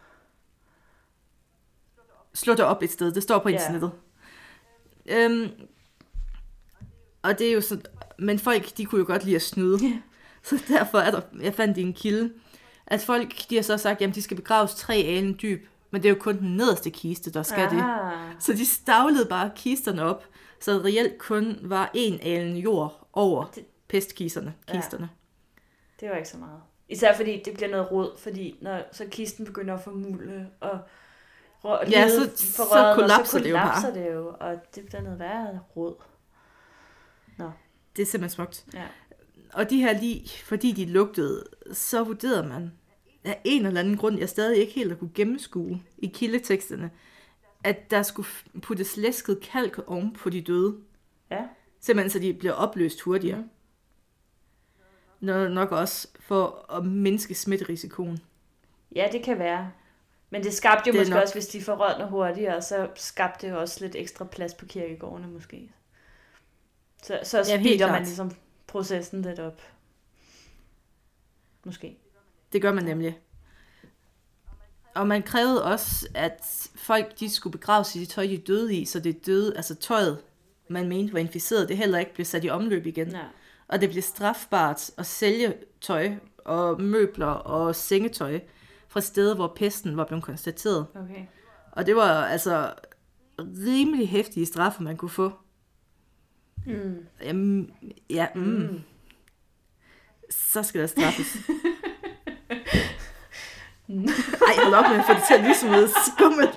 Slå det op et sted. Det står på internettet. Yeah. Øhm, og det er jo sådan... Men folk, de kunne jo godt lide at snyde. Yeah. Så derfor er der... Jeg fandt i en kilde, at folk, de har så sagt, jamen de skal begraves tre alen dyb. Men det er jo kun den nederste kiste, der skal Aha. det. Så de stavlede bare kisterne op, så det reelt kun var en alen jord over det... pestkisterne. Kisterne. Ja. Det var ikke så meget. Især fordi det bliver noget rod, fordi når så kisten begynder at formulde og rå, ja, så, så kollapser så det jo bare. det jo, og det bliver noget værre rod. Nå. Det er simpelthen smukt. Ja. Og de her lig, fordi de lugtede, så vurderede man af en eller anden grund, jeg stadig ikke helt kunne gennemskue i kildeteksterne, at der skulle puttes læsket kalk oven på de døde. Ja. Simpelthen så de bliver opløst hurtigere. Mm. Nok også for at mindske smitterisikoen. Ja, det kan være. Men det skabte jo det måske nok... også, hvis de forrådner hurtigere, så skabte det jo også lidt ekstra plads på kirkegårdene måske. Så, så speeder ja, man ligesom processen lidt op. Måske. Det gør man nemlig. Og man krævede også, at folk de skulle begraves i det tøj, de døde i, så det døde, altså tøjet, man mente var inficeret, det heller ikke blev sat i omløb igen. Ja. Og det blev strafbart at sælge tøj og møbler og sengetøj fra steder, hvor pesten var blevet konstateret. Okay. Og det var altså rimelig heftige straffe, man kunne få. Mm. Jamen, ja, mm. Mm. Så skal der straffes. Ej, hold op med at få det til at lyse med skummelt.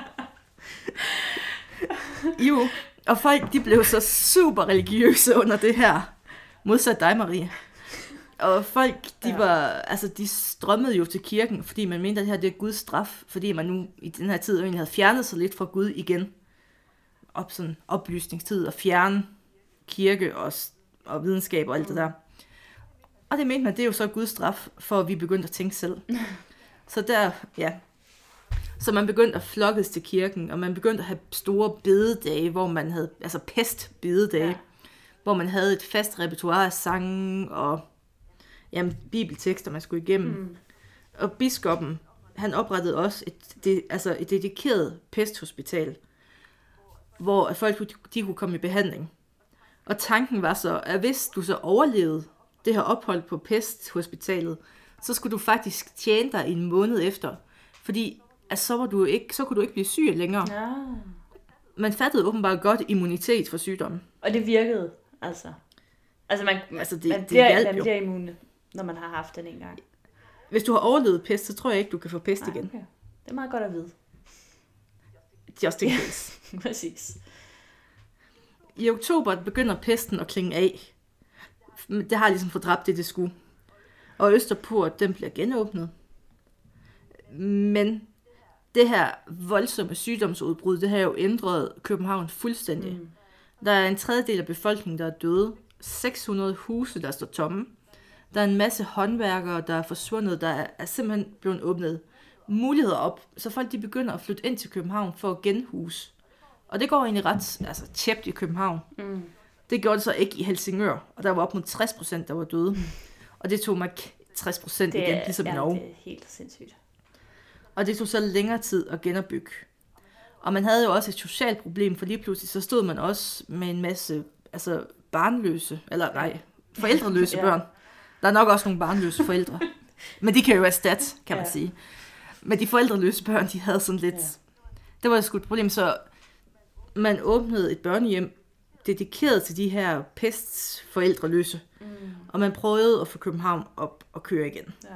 Jo, og folk de blev så super religiøse under det her. Modsat dig, Marie. Og folk, de ja. var, altså, de strømmede jo til kirken, fordi man mente, at det her det er Guds straf, fordi man nu i den her tid egentlig havde fjernet sig lidt fra Gud igen. Op sådan oplysningstid og fjerne kirke og, og videnskab og alt det der. Og det mente man, det er jo så Guds straf, for at vi begyndte at tænke selv. Så der, ja. Så man begyndte at flokkes til kirken, og man begyndte at have store bededage, hvor man havde, altså pestbededage, ja. Hvor man havde et fast repertoire af sange og jamen, bibeltekster, man skulle igennem. Mm. Og biskoppen, han oprettede også et, det, altså et dedikeret pesthospital, hvor folk de kunne komme i behandling. Og tanken var så, at hvis du så overlevede det her ophold på pesthospitalet, så skulle du faktisk tjene dig en måned efter. Fordi altså, så, var du ikke, så kunne du ikke blive syg længere. Ja. Man fattede åbenbart godt immunitet for sygdommen. Og det virkede, altså. Altså, man, altså det, man, det bliver, hjalp man jo. bliver immune, når man har haft den en gang. Hvis du har overlevet pest, så tror jeg ikke, du kan få pest Nej, igen. okay. Det er meget godt at vide. Just in case. Præcis. I oktober begynder pesten at klinge af. Det har ligesom fået dræbt det, det skulle. Og Østerport, den bliver genåbnet. Men det her voldsomme sygdomsudbrud, det har jo ændret København fuldstændig. Mm. Der er en tredjedel af befolkningen, der er døde. seks hundrede huse, der står tomme. Der er en masse håndværkere, der er forsvundet. Der er simpelthen blevet åbnet muligheder op, så folk de begynder at flytte ind til København for at genhuse. Og det går egentlig ret altså, tjept i København. Mm. Det gjorde det så ikke i Helsingør, og der var op mod tres procent, der var døde. Mm. Og det tog mig tres procent igen, ligesom i Norge. Det er helt sindssygt. Og det tog så længere tid at genopbygge. Og man havde jo også et socialt problem, for lige pludselig så stod man også med en masse altså barnløse, eller nej, forældreløse ja. børn. Der er nok også nogle barnløse forældre. Men de kan jo erstatte, kan man ja. sige. Men de forældreløse børn, de havde sådan lidt... Ja. Det var sgu et problem, så man åbnede et børnehjem dedikeret til de her pestforældreløse. Mm. Og man prøvede at få København op og køre igen. Ja.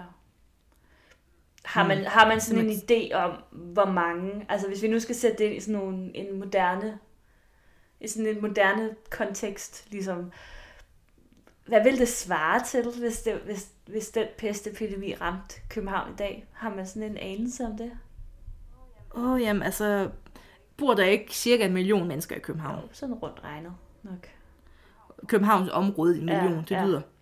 Har man, har man sådan en idé om, hvor mange... Altså hvis vi nu skal sætte det ind i sådan nogle, en moderne... I sådan en moderne kontekst, ligesom... Hvad vil det svare til, hvis, det, hvis, hvis den pestepidemi ramte København i dag? Har man sådan en anelse om det? Åh, oh, jamen altså... Bor der ikke cirka en million mennesker i København? Jo, sådan rundt regnet nok. Københavns område i en million, ja, det ja. lyder...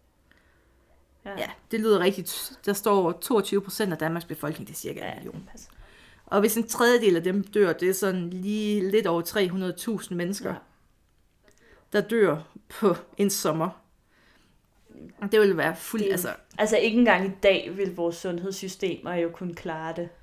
Ja. ja, det lyder rigtigt. Der står toogtyve procent af Danmarks befolkning, det er cirka ja, en million. Pas. Og hvis en tredjedel af dem dør, det er sådan lige lidt over tre hundrede tusind mennesker, ja. der dør på en sommer. Det vil være fuldt... Det, altså, altså ikke engang i dag vil vores sundhedssystemer jo kunne klare det.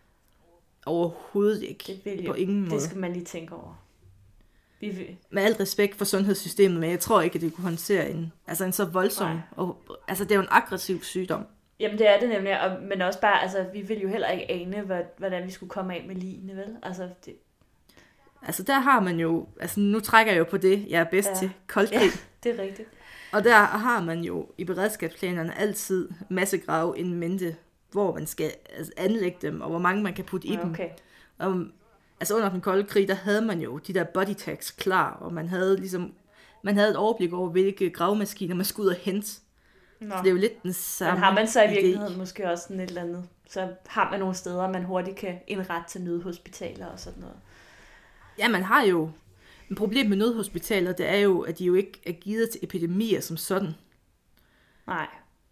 Overhovedet ikke. Det vil jo, på ingen måde. Det skal man lige tænke over. Vi vil... Med alt respekt for sundhedssystemet, men jeg tror ikke, at det kunne håndtere en, altså en så voldsom... Og, altså det er jo en aggressiv sygdom. Jamen det er det nemlig, og, men også bare, altså vi vil jo heller ikke ane, hvad, hvordan vi skulle komme af med ligene, vel? Altså, det... altså der har man jo, altså nu trækker jeg jo på det, jeg er bedst ja. til, koldkrig. Ja, det er rigtigt. Og der har man jo i beredskabsplanerne altid massegrave in mente, hvor man skal altså, anlægge dem, og hvor mange man kan putte i ja, okay. dem. Og, altså under den kolde krig, der havde man jo de der body tags klar, og man havde ligesom, man havde et overblik over, hvilke gravemaskiner man skulle ud og hente. Nå. Så det er jo lidt den samme. Men har man så i virkeligheden idé. måske også sådan et eller andet, så har man nogle steder, man hurtigt kan indrette til nødhospitaler og sådan noget? Ja, man har jo, et problem med nødhospitaler, det er jo, at de jo ikke er givet til epidemier som sådan. Nej.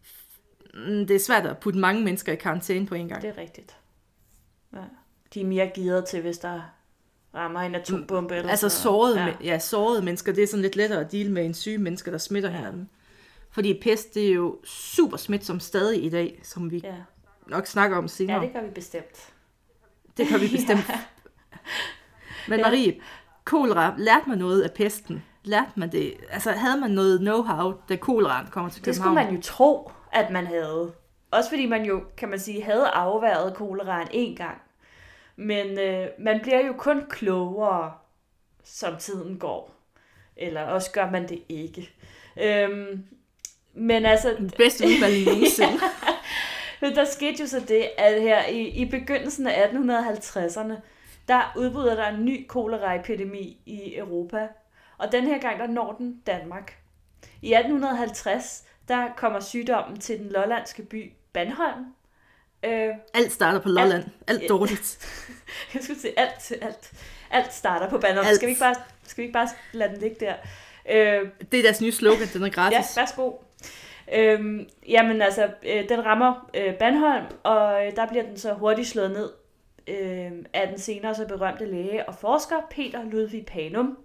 Det er svært at putte mange mennesker i karantæne på en gang. Det er rigtigt. Ja. De er mere givet til, hvis der rammer en atombombe. Eller altså sådan sårede, ja. ja, sårede mennesker, det er sådan lidt lettere at deale med en syge mennesker, der smitter ja. hinanden. Fordi pest, det er jo super smitsomt stadig i dag, som vi ja. nok snakker om senere. Ja, det gør vi bestemt. Det gør vi bestemt. ja. Men Marie, kolera, lærte man noget af pesten? Lærte man det? Altså, havde man noget know-how, da koleraen kommer til København? Det skulle man jo tro, at man havde. Også fordi man jo, kan man sige, havde afværget koleraen en gang. Men øh, man bliver jo kun klogere, som tiden går. Eller også gør man det ikke. Øhm, men altså... Den bedste udvalg nogensinde. Men der skete jo så det, at her i, i begyndelsen af atten halvtredserne, der udbryder der en ny koleraepidemi i Europa. Og den her gang, der når den Danmark. I atten halvtreds, der kommer sygdommen til den lollandske by Bandholm. Øh, alt starter på Lolland. Alt, alt dårligt. Jeg skulle sige, alt, alt, alt starter på Bandholm. Skal vi ikke bare, skal vi ikke bare lade den ligge der? Øh, det er deres nye slogan, den er gratis. Ja, værsgo. Øh, jamen altså, øh, den rammer øh, Bandholm, og øh, der bliver den så hurtigt slået ned øh, af den senere så berømte læge og forsker, Peter Ludvig Panum.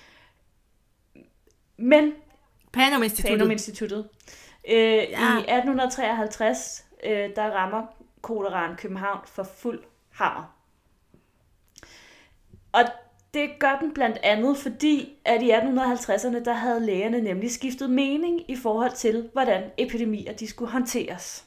Men Panum Instituttet. Panum Instituttet. Øh, ja. I atten treoghalvtreds, øh, der rammer koleraen København for fuld hammer. Og det gør den blandt andet, fordi at i atten halvtredserne, der havde lægerne nemlig skiftet mening i forhold til, hvordan epidemier de skulle håndteres.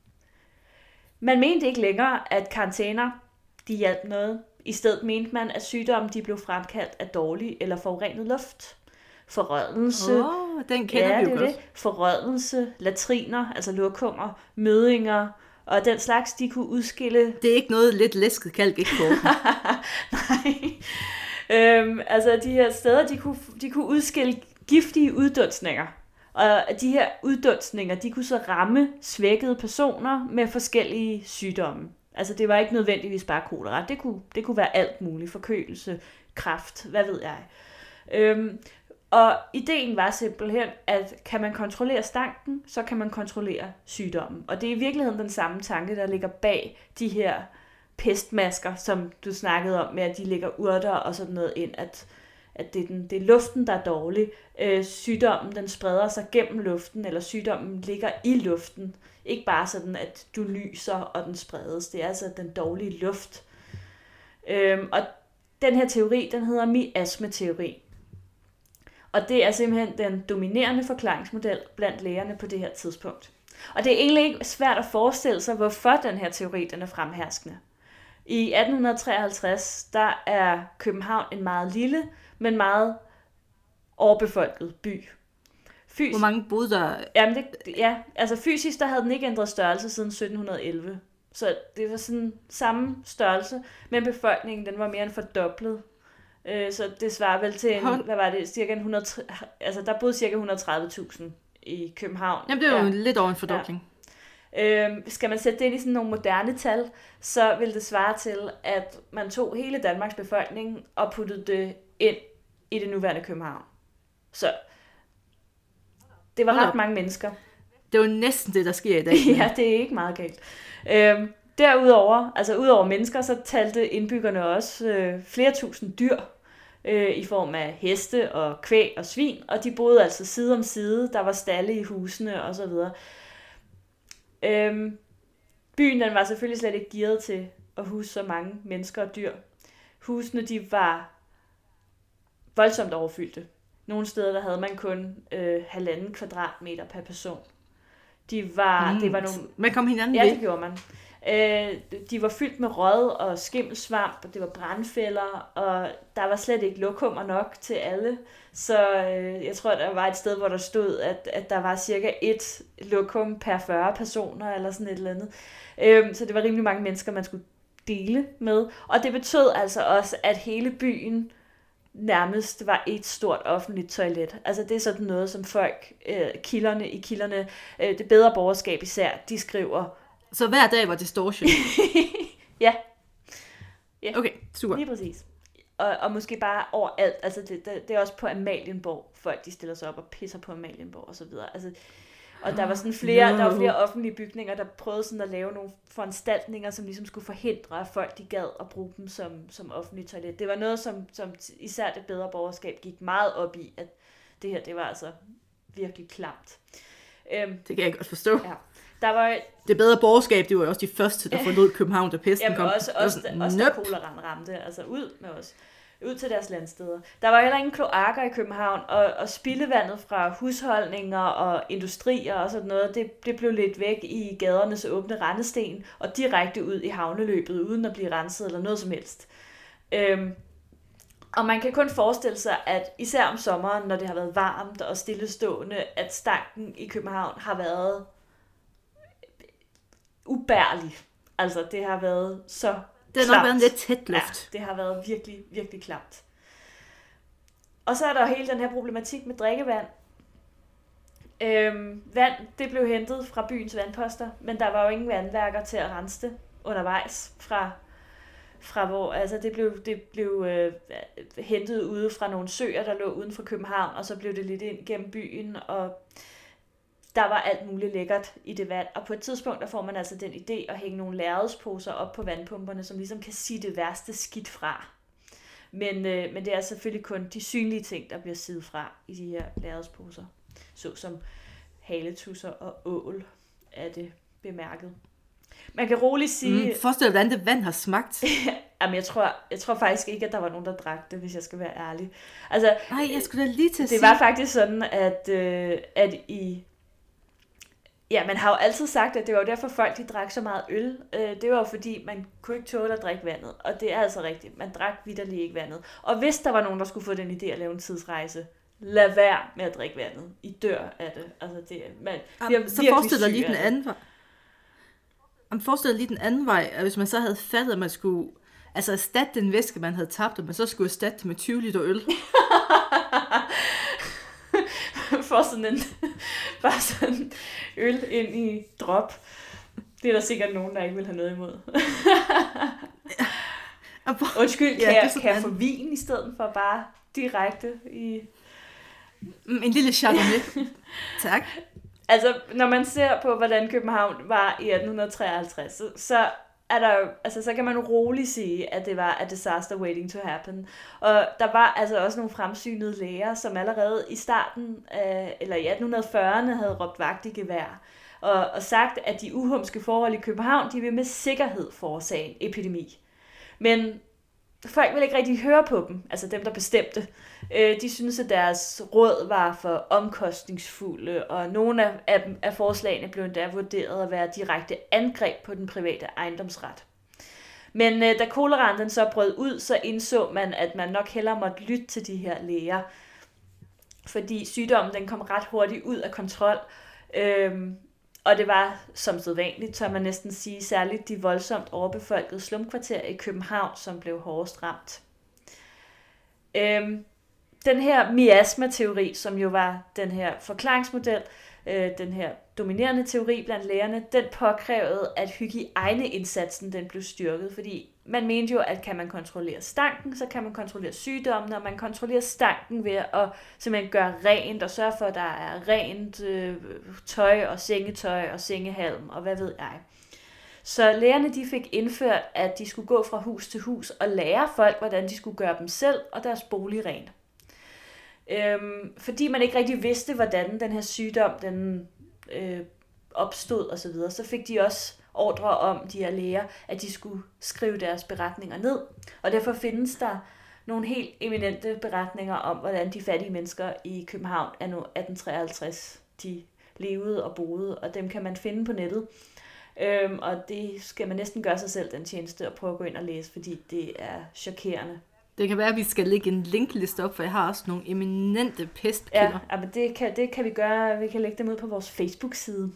Man mente ikke længere, at karantæner de hjalp noget. I stedet mente man, at sygdomme de blev fremkaldt af dårlig eller forurenet luft. Forrådnelse, Åh, oh, den kender ja, vi jo det godt. det. Forrådnelse, latriner, altså lokummer, mødinger, og den slags, de kunne udskille... Det er ikke noget lidt læsket kalk, ikke på. Nej. Øhm, altså, de her steder, de kunne, de kunne udskille giftige uddunstninger. Og de her uddunstninger, de kunne så ramme svækkede personer med forskellige sygdomme. Altså, det var ikke nødvendigvis bare kolera. Det kunne, det kunne være alt muligt. Forkølelse, kræft, hvad ved jeg. Øhm, og ideen var simpelthen, at kan man kontrollere stanken, så kan man kontrollere sygdommen. Og det er i virkeligheden den samme tanke, der ligger bag de her pestmasker, som du snakkede om, med at de lægger urter og sådan noget ind, at, at det, er den, det er luften, der er dårlig. Øh, sygdommen, den spreder sig gennem luften, eller sygdommen ligger i luften. Ikke bare sådan, at du nyser, og den spredes. Det er altså den dårlige luft. Øhm, og den her teori, den hedder miasmeteori. Og det er simpelthen den dominerende forklaringsmodel blandt lægerne på det her tidspunkt. Og det er egentlig ikke svært at forestille sig, hvorfor den her teori den er fremherskende. I atten treoghalvtreds, der er København en meget lille, men meget overbefolket by. Fys- Hvor mange boede der? Jamen det, ja, altså fysisk, der havde den ikke ændret størrelse siden sytten elleve. Så det var sådan samme størrelse, men befolkningen, den var mere end fordoblet. Så det svarer vel til en, Hold. hvad var det, cirka hundrede, altså der boede cirka et hundrede og tredive tusind i København. Jamen det er jo ja. lidt over en fordobling. Ja. Øhm, skal man sætte det ind i sådan nogle moderne tal, så vil det svare til, at man tog hele Danmarks befolkning og puttede det ind i det nuværende København. Så det var Hold ret op. mange mennesker. Det er jo næsten det, der sker i dag. Ja, det er ikke meget galt. Øhm, derudover, altså udover mennesker, så talte indbyggerne også øh, flere tusind dyr øh, i form af heste og kvæg og svin, og de boede altså side om side. Der var stalde i husene og så videre. Øhm, byen den var selvfølgelig slet ikke gearet til at huse så mange mennesker og dyr. Husene de var voldsomt overfyldte. Nogle steder der havde man kun øh, halvanden kvadratmeter per person. De var, mm. det var nogle... Man kom hinanden Ja, ved. det gjorde man. Øh, de var fyldt med råd og skimmelsvamp, og det var brandfælder, og der var slet ikke lokummer nok til alle. Så øh, jeg tror, der var et sted, hvor der stod, at, at der var cirka et lokum per fyrre personer, eller sådan et eller andet. Øh, så det var rimelig mange mennesker, man skulle dele med. Og det betød altså også, at hele byen nærmest var et stort offentligt toilet. Altså det er sådan noget, som folk, øh, kilderne i kilderne, øh, det bedre borgerskab især, de skriver. Så hver dag var distortion? Ja. ja. Okay, super. Lige præcis. Og, og måske bare overalt. Altså det, det, det er også på Amalienborg, folk de stiller sig op og pisser på Amalienborg og så videre. Altså, og der var sådan flere, no. der var flere offentlige bygninger, der prøvede sådan at lave nogle foranstaltninger, som ligesom skulle forhindre, at folk de gad at bruge dem som, som offentlige toilet. Det var noget, som, som især det bedre borgerskab gik meget op i, at det her, det var altså virkelig klamt. Øhm, det kan jeg godt forstå. Ja. Der var, det bedre borgerskab, det var også de første, der forlod København, da pesten jamen, kom. Også, også, også, også der koleraen ramte, altså ud med os. Ud til deres landsteder. Der var heller ingen kloakker i København, og, og spildevandet fra husholdninger og industrier og sådan noget, det, det blev lidt væk i gadernes åbne rendesten, og direkte ud i havneløbet, uden at blive renset eller noget som helst. Øhm, og man kan kun forestille sig, at især om sommeren, når det har været varmt og stillestående, at stanken i København har været ubærlig. Altså, det har været så det har nok været en lidt tæt luft. Ja, det har været virkelig, virkelig klamt. Og så er der hele den her problematik med drikkevand. Øhm, vand, det blev hentet fra byens vandposter, men der var jo ingen vandværker til at rense det undervejs fra, fra hvor, altså det blev, det blev øh, hentet ude fra nogle søer, der lå uden for København, og så blev det lidt ind gennem byen, og der var alt muligt lækkert i det vand, og på et tidspunkt, der får man altså den idé at hænge nogle lærredsposer op på vandpumperne, som ligesom kan sige det værste skidt fra. Men, øh, men det er selvfølgelig kun de synlige ting, der bliver sidet fra i de her lærredsposer, såsom haletusser og ål er det bemærket. Man kan roligt sige... Mm, forestil dig, hvordan det vand har smagt. Jamen, jeg tror, jeg tror faktisk ikke, at der var nogen, der drak det, hvis jeg skal være ærlig. Altså, Nej, jeg skulle da lige til at det sige. var faktisk sådan, at, øh, at i... Ja, man har jo altid sagt, at det var jo derfor folk, de drak så meget øl. Øh, det var jo fordi, man kunne ikke tåle at drikke vandet. Og det er altså rigtigt. Man drak vitterligt ikke vandet. Og hvis der var nogen, der skulle få den idé at lave en tidsrejse, lad være med at drikke vandet. I dør af det. Altså, det man Jamen, så forestil dig lige den anden vej. Jamen, forestil dig lige den anden vej, at hvis man så havde fattet, at man skulle altså erstatte den væske, man havde tabt, og man så skulle erstatte det med tyve liter øl. For sådan en bare sådan øl ind i drop. Det er der sikkert nogen, der ikke vil have noget imod. Undskyld, kan, ja, jeg, kan jeg få vin i stedet for bare direkte i... En lille chardonnay. Tak. Altså, når man ser på, hvordan København var i atten treoghalvtreds, så, så er der jo, altså, så kan man roligt sige, at det var a disaster waiting to happen. Og der var altså også nogle fremsynede læger, som allerede i starten af, eller i atten fyrrerne havde råbt vagt i gevær, og, og sagt, at de uhumske forhold i København, de vil med sikkerhed forårsage en epidemi. Men folk ville ikke rigtig høre på dem, altså dem, der bestemte. De synes, at deres råd var for omkostningsfulde, og nogle af, af, af forslagene blev endda vurderet at være direkte angreb på den private ejendomsret. Men da koleraen den så brød ud, så indså man, at man nok hellere måtte lytte til de her læger, fordi sygdommen den kom ret hurtigt ud af kontrol. Øhm, Og det var, som sædvanligt, tør man næsten sige, særligt de voldsomt overbefolkede slumkvarterer i København, som blev hårdest ramt. Øhm, den her miasma-teori, som jo var den her forklaringsmodel, øh, den her dominerende teori blandt lægerne, den påkrævede, at hygiejneindsatsen den blev styrket, fordi man mente jo, at kan man kontrollere stanken, så kan man kontrollere sygdommen, og man kontrollerer stanken ved at simpelthen gøre rent og sørge for, at der er rent øh, tøj og sengetøj og sengehalm og hvad ved jeg. Så lægerne de fik indført, at de skulle gå fra hus til hus og lære folk, hvordan de skulle gøre dem selv og deres bolig rent. Øhm, fordi man ikke rigtig vidste, hvordan den her sygdom den, øh, opstod og så videre, så fik de også ordre om, de her læger, at de skulle skrive deres beretninger ned. Og derfor findes der nogle helt eminente beretninger om, hvordan de fattige mennesker i København anno atten treoghalvtreds, de levede og boede, og dem kan man finde på nettet. Øhm, og det skal man næsten gøre sig selv den tjeneste og prøve at gå ind og læse, fordi det er chokerende. Det kan være, at vi skal lægge en linkliste op, for jeg har også nogle eminente pestkilder. Ja, men det kan, det kan vi gøre. Vi kan lægge dem ud på vores Facebook-side.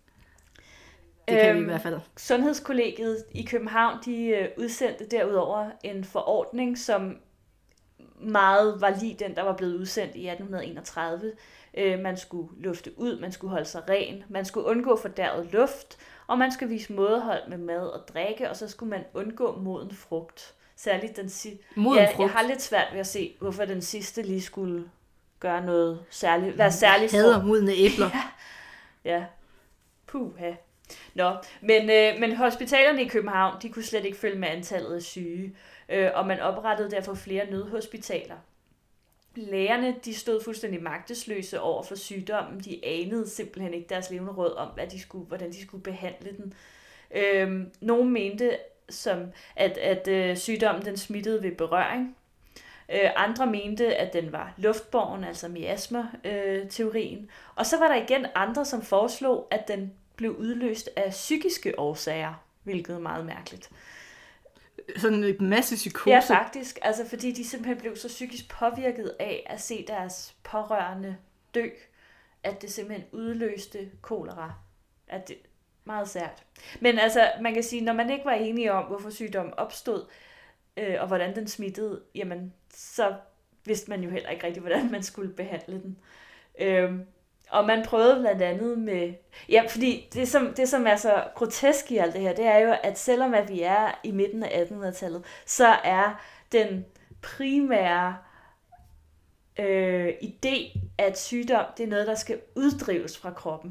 Det kan øhm, vi i hvert fald. Sundhedskollegiet i København, de udsendte derudover en forordning, som meget var lige den, der var blevet udsendt i atten enogtredive. Øh, man skulle lufte ud, man skulle holde sig ren, man skulle undgå fordærvet luft, og man skulle vise mådehold med mad og drikke, og så skulle man undgå moden frugt. Særligt den sidste. Ja, jeg har lidt svært ved at se, hvorfor den sidste lige skulle gøre noget særligt. Være særligt frugt. Hader modne æbler. Ja. ja. Puha. Nå, men, øh, men hospitalerne i København, de kunne slet ikke følge med antallet af syge, øh, og man oprettede derfor flere nødhospitaler. Lægerne, de stod fuldstændig magtesløse over for sygdommen. De anede simpelthen ikke deres levende råd om, hvad de skulle, hvordan de skulle behandle den. Øh, nogle mente, som at, at øh, sygdommen den smittede ved berøring. Øh, andre mente, at den var luftbåren, altså miasma-teorien. Øh, og så var der igen andre, som foreslog, at den blev udløst af psykiske årsager, hvilket er meget mærkeligt. Sådan en masse psykose? Ja, faktisk. Altså, fordi de simpelthen blev så psykisk påvirket af at se deres pårørende dø, at det simpelthen udløste kolera. At det meget sært. Men altså, man kan sige, når man ikke var enige om, hvorfor sygdommen opstod, øh, og hvordan den smittede, jamen, så vidste man jo heller ikke rigtig, hvordan man skulle behandle den. Øh, og man prøvede blandt andet med... Ja, fordi det som, det, som er så grotesk i alt det her, det er jo, at selvom at vi er i midten af attenhundredetallet, så er den primære øh, idé, at sygdom, det er noget, der skal uddrives fra kroppen.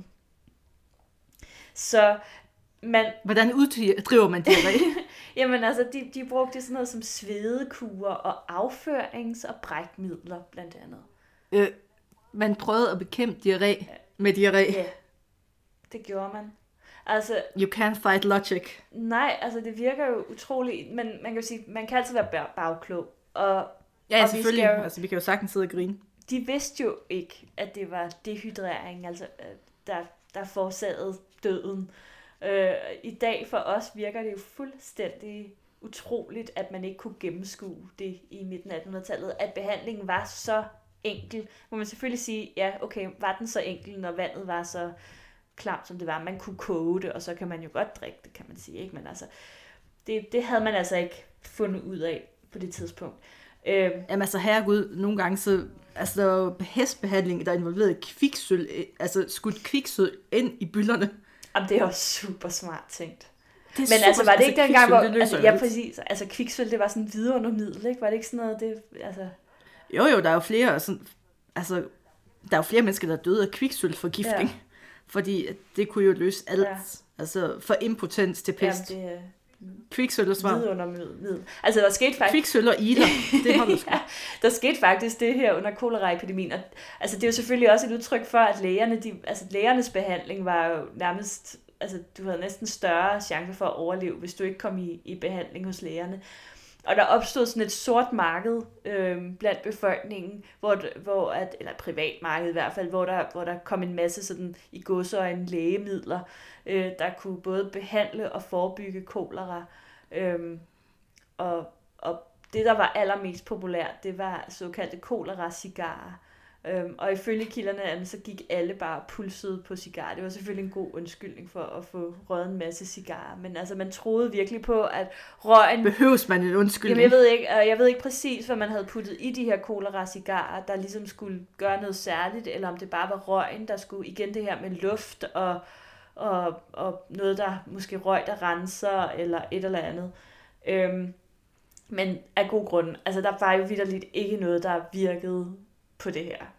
Så man... Hvordan uddriver man diarré? Jamen altså, de, de brugte sådan noget som svedekurer og afførings- og brækmidler, blandt andet. Øh, man prøvede at bekæmpe diarré ja. med diarré. Ja, det gjorde man. Altså, you can't fight logic. Nej, altså det virker jo utroligt, men man kan jo sige, man kan altid være bagklog. Og, ja, og selvfølgelig. Vi, jo, altså, vi kan jo sagtens sidde og grine. De vidste jo ikke, at det var dehydrering, altså, der, der forårsagede døden. Øh, I dag for os virker det jo fuldstændig utroligt, at man ikke kunne gennemskue det i midten af attenhundredetallet, at behandlingen var så enkel. Må man selvfølgelig sige, ja, okay, var den så enkel, når vandet var så klamt, som det var. Man kunne koge det, og så kan man jo godt drikke det, kan man sige. Ikke? Men altså, det, det havde man altså ikke fundet ud af på det tidspunkt. Øh, Jamen altså, herregud, nogle gange så, altså der var jo hestbehandling, der involverede kviksøl, altså skudt kviksøl ind i byllerne. Jamen, det er også super smart tænkt. Men super, altså, var det ikke altså, dengang, hvor... Altså, ja, præcis. Altså, kviksøl, det var sådan vidundermiddel, ikke? Var det ikke sådan noget, det... Altså... Jo, jo, der er jo flere, sådan, altså, der er jo flere mennesker, der er døde af kviksølforgiftning. Ja. Fordi det kunne jo løse alt. Ja. Altså, fra impotens til pest. Jamen, det kviksøl og svar. Vidundermiddel. Altså, der skete faktisk... Kviksøl og iler, det har du sgu. Ja, der skete faktisk det her under koleraepidemien. Og, altså, det er jo selvfølgelig også et udtryk for, at lægerne, de, altså, lægernes behandling var jo nærmest... Altså, du havde næsten større chance for at overleve, hvis du ikke kom i, i behandling hos lægerne. Og der opstod sådan et sort marked øh, blandt befolkningen, hvor, hvor at, eller et privat marked i hvert fald, hvor der, hvor der kom en masse sådan i gåseøjne lægemidler, øh, der kunne både behandle og forebygge kolera. Øh, og, og det, der var allermest populært, det var såkaldte kolera-cigarer. Øhm, og ifølge kilderne, så gik alle bare pulsede på cigarer. Det var selvfølgelig en god undskyldning for at få røget en masse cigarer. Men altså, man troede virkelig på, at røgen... Behøves man en undskyldning? Jamen, jeg ved ikke, jeg ved ikke præcis, hvad man havde puttet i de her kolera-cigarer, der ligesom skulle gøre noget særligt, eller om det bare var røgen, der skulle igen det her med luft, og, og, og noget, der måske røg, der renser, eller et eller andet. Øhm, men af god grund. Altså, der var jo vitterligt ikke noget, der virkede på det her.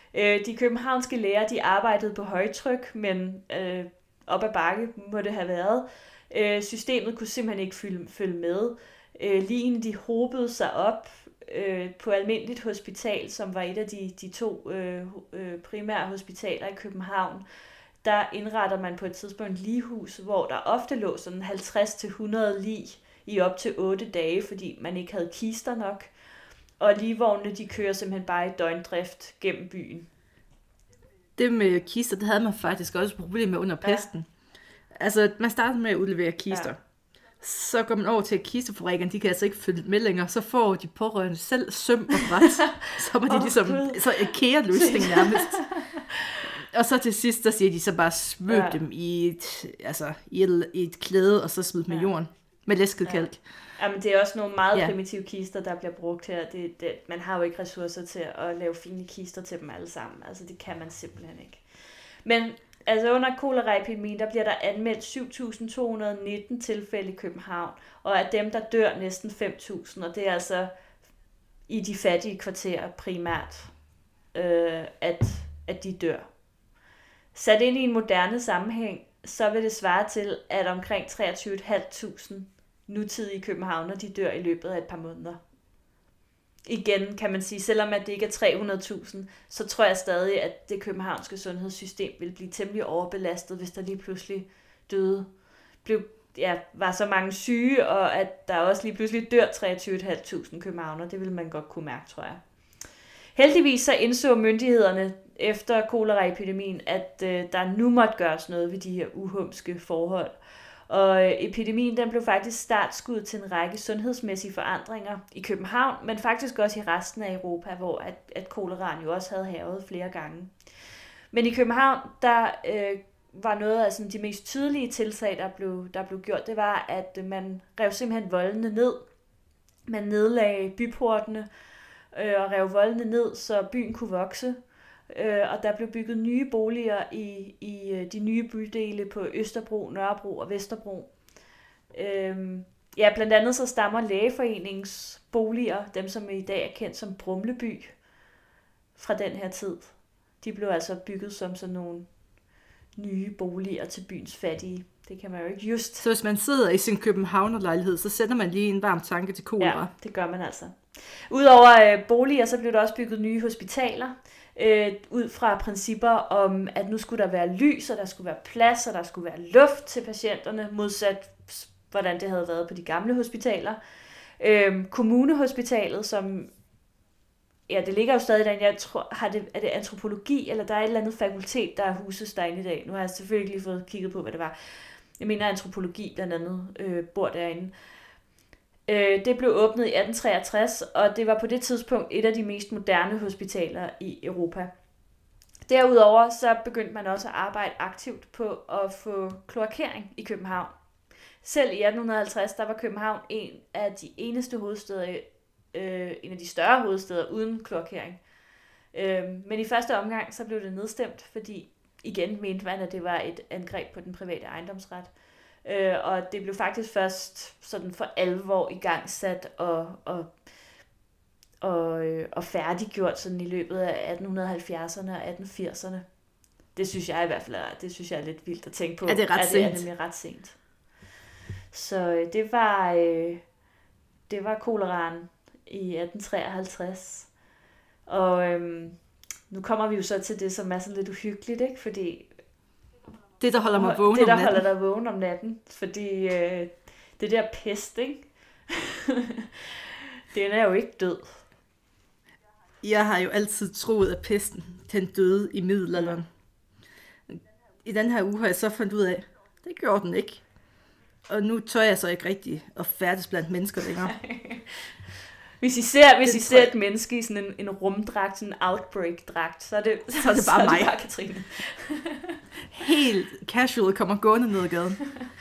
De københavnske læger, de arbejdede på højtryk, men øh, op ad bakke må det have været. Øh, systemet kunne simpelthen ikke følge, følge med. Øh, ligene, de hobede sig op øh, på Almindeligt Hospital, som var et af de, de to øh, primære hospitaler i København. Der indretter man på et tidspunkt lighus, hvor der ofte lå sådan halvtreds til hundrede lig i op til otte dage, fordi man ikke havde kister nok. Og ligevognene, de kører simpelthen bare i døgndrift gennem byen. Det med kister, det havde man faktisk også et problem med under pesten. Ja. Altså, man startede med at udlevere kister. Ja. Så går man over til, at kistefabrikkerne, de kan altså ikke følge med længere. Så får de pårørende selv søm og bræt. Så var de oh, ligesom, God. Så IKEA-løsning nærmest. Og så til sidst, der siger de så bare, smøg ja. dem i et, altså, i et, i et klæde, og så smid dem ja. i jorden. Med læsket ja. kalk. Jamen, det er også nogle meget ja. primitive kister, der bliver brugt her. Det, det, man har jo ikke ressourcer til at lave fine kister til dem alle sammen. Altså, det kan man simpelthen ikke. Men altså, under koleraepidemien, der bliver der anmeldt syv tusind to hundrede og nitten tilfælde i København. Og af dem, der dør næsten fem tusind. Og det er altså i de fattige kvarterer primært, øh, at, at de dør. Sat ind i en moderne sammenhæng, så vil det svare til, at omkring treogtyve tusind fem hundrede nutidige københavner, de dør i løbet af et par måneder. Igen kan man sige, selvom at det ikke er tre hundrede tusind, så tror jeg stadig, at det københavnske sundhedssystem vil blive temmelig overbelastet, hvis der lige pludselig døde, blev, ja, var så mange syge, og at der også lige pludselig dør treogtyve tusind fem hundrede københavner. Det vil man godt kunne mærke, tror jeg. Heldigvis så indså myndighederne efter koleraepidemien, at øh, der nu måtte gøres noget ved de her uhumske forhold. Og epidemien, den blev faktisk startskud til en række sundhedsmæssige forandringer i København, men faktisk også i resten af Europa, hvor at, at koleraen jo også havde hærget flere gange. Men i København, der øh, var noget af sådan, de mest tydelige tiltag, der blev, der blev gjort, det var, at man rev simpelthen voldene ned. Man nedlagde byportene øh, og rev voldene ned, så byen kunne vokse. Og der blev bygget nye boliger i, i de nye bydele på Østerbro, Nørrebro og Vesterbro. Øhm, ja, blandt andet så stammer Lægeforeningens boliger, dem som i dag er kendt som Brumleby, fra den her tid. De blev altså bygget som sådan nogle nye boliger til byens fattige. Det kan man jo ikke just. Så hvis man sidder i sin københavnerlejlighed, så sender man lige en varm tanke til kolera. Ja, det gør man altså. Udover øh, boliger, så blev der også bygget nye hospitaler. øh, ud fra principper om, at nu skulle der være lys, og der skulle være plads, og der skulle være luft til patienterne, modsat hvordan det havde været på de gamle hospitaler. Øh, kommunehospitalet, som ja, det ligger jo stadig derinde. Jeg tror, har det, er det antropologi, eller der er et eller andet fakultet, der er huses derinde i dag. Nu har jeg selvfølgelig ikke lige fået kigget på, hvad det var. Jeg mener, antropologi blandt andet øh, bor derinde. Øh, det blev åbnet i atten treogtres, og det var på det tidspunkt et af de mest moderne hospitaler i Europa. Derudover så begyndte man også at arbejde aktivt på at få kloakering i København. Selv i atten halvtreds, der var København en af de eneste hovedsteder, øh, en af de større hovedsteder uden kloakering. Øh, men i første omgang, så blev det nedstemt, fordi igen mente man, at det var et angreb på den private ejendomsret. Øh, og det blev faktisk først sådan for alvor i gang sat og, og, og, øh, og færdiggjort sådan i løbet af atten halvfjerdserne og atten firserne. Det synes jeg i hvert fald er, det synes jeg er lidt vildt at tænke på. Er det ret at sent? Det er nemlig ret sent. Så øh, det var øh, det var koleraen i atten treoghalvtreds. Og øhm, nu kommer vi jo så til det, som er sådan lidt uhyggeligt, ikke? Fordi det, der holder mig vågen det, der om natten. holder dig vågen om natten. Fordi øh, det der pest, ikke? Den er jo ikke død. Jeg har jo altid troet, at pesten, den døde i middelalderen. I den her uge har jeg så fundet ud af, det gjorde den ikke. Og nu tør jeg så ikke rigtig at færdes blandt mennesker længere. Hvis I ser, hvis Det I tror ser jeg- et menneske i sådan en, en rumdragt, sådan en outbreak-dragt, så er det, så, er det bare så er mig. det bare Katrine. Helt casual kommer gående ned ad gaden.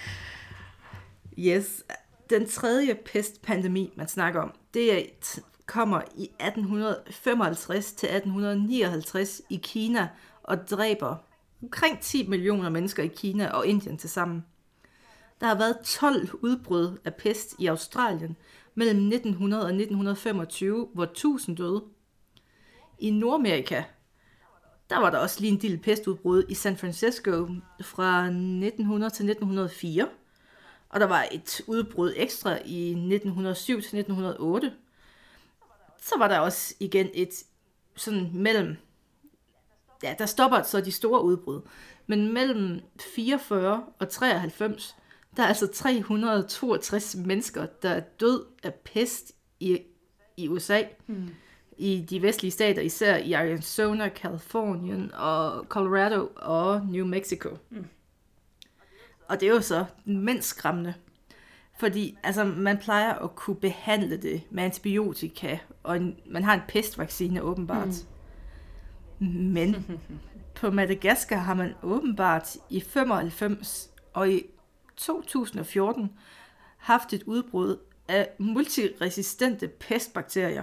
Yes. Den tredje pestpandemi, man snakker om, det er, t- kommer i atten femoghalvtreds til atten nioghalvtreds i Kina og dræber omkring ti millioner mennesker i Kina og Indien tilsammen. Der har været tolv udbrud af pest i Australien mellem nitten hundrede og nitten femogtyve, hvor tusind døde. I Nordamerika, der var der også lige en lille pestudbrud i San Francisco fra nitten hundrede til nitten hundrede og fire. Og der var et udbrud ekstra i nitten hundrede og syv til nitten hundrede og otte. Så var der også igen et sådan mellem, ja, der stopper så de store udbrud, men mellem fireogfyrre og treoghalvfems, der er altså tre hundrede og toogtres mennesker, der er død af pest i, i U S A. Hmm. I de vestlige stater, især i Arizona, Californien og Colorado og New Mexico. Mm. Og det er jo så mindst skræmmende. Fordi altså, man plejer at kunne behandle det med antibiotika, og en, man har en pestvaccine åbenbart. Mm. Men på Madagaskar har man åbenbart i femoghalvfems og i to tusind og fjorten haft et udbrud af multiresistente pestbakterier.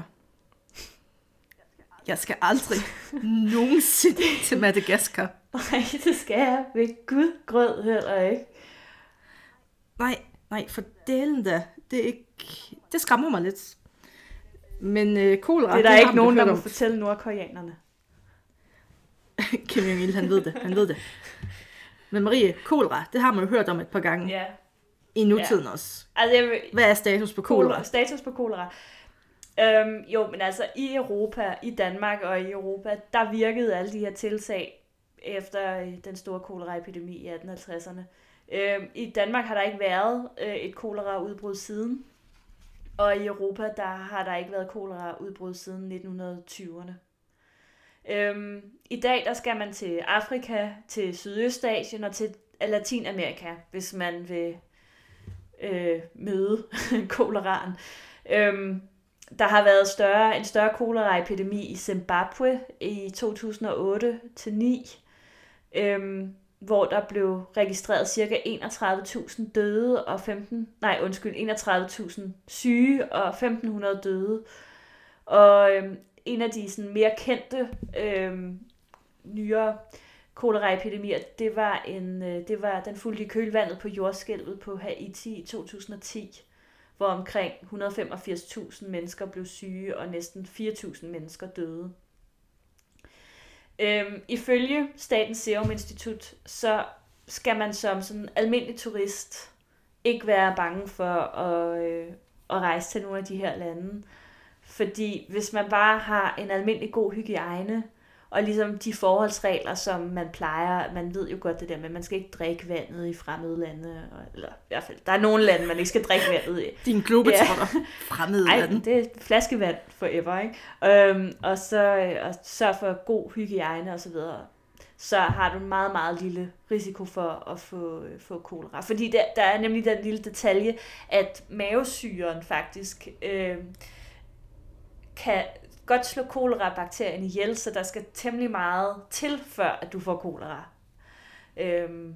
Jeg skal aldrig nogensinde til Madagaskar. Nej, det skal jeg ved Gud grød heller ikke. Nej, nej, for delen da. Det, er ikke, det skræmmer mig lidt. Men øh, kolera, Det er der har ikke man nogen, der hørt må om. fortælle nordkoreanerne. Kim Jong-il, han ved det, han ved det. Men Marie, kolera, det har man jo hørt om et par gange. Ja. I nutiden ja. også. Altså, jeg vil, Hvad er status på kolera? kolera. Status på kolera. Øhm, jo, men altså i Europa, i Danmark og i Europa, der virkede alle de her tiltag efter øh, den store koleraepidemi i atten halvtredserne. Øhm, I Danmark har der ikke været øh, et koleraudbrud siden, og i Europa der har der ikke været koleraudbrud siden nitten tyverne. Øhm, I dag der skal man til Afrika, til Sydøstasien og til Latinamerika, hvis man vil øh, møde koleraen. Øhm, Der har været større, en større koleraepidemi i Zimbabwe i to tusind og otte til ni, øhm, hvor der blev registreret ca. enogtredive tusind døde og femten, nej undskyld, enogtredive tusind syge og femten hundrede døde. Og øhm, en af de sådan, mere kendte øhm, nyere koleraepidemier, det var en, øh, det var den fulgte i kølvandet på jordskælvet på Haiti i to tusind og ti. Hvor omkring et hundrede og femogfirs tusind mennesker blev syge, og næsten fire tusind mennesker døde. Øhm, ifølge Statens Serum Institut, så skal man som sådan almindelig turist ikke være bange for at, øh, at rejse til nogle af de her lande. Fordi hvis man bare har en almindelig god hygiejne, og ligesom de forholdsregler, som man plejer, man ved jo godt det der med, man skal ikke drikke vandet i fremmede lande, eller i hvert fald, der er nogle lande, man ikke skal drikke vandet i. Din globetrotter, ja. Fremmede Ej, lande. det er flaskevand forever, ikke? Øhm, og så og sørg for god hygiejne og så videre. Så har du en meget, meget lille risiko for at få, få kolera. Fordi der, der er nemlig den lille detalje, at mavesyren faktisk øh, kan godt slå kolera-bakterien ihjel, så der skal temmelig meget til, før at du får kolera. Øhm,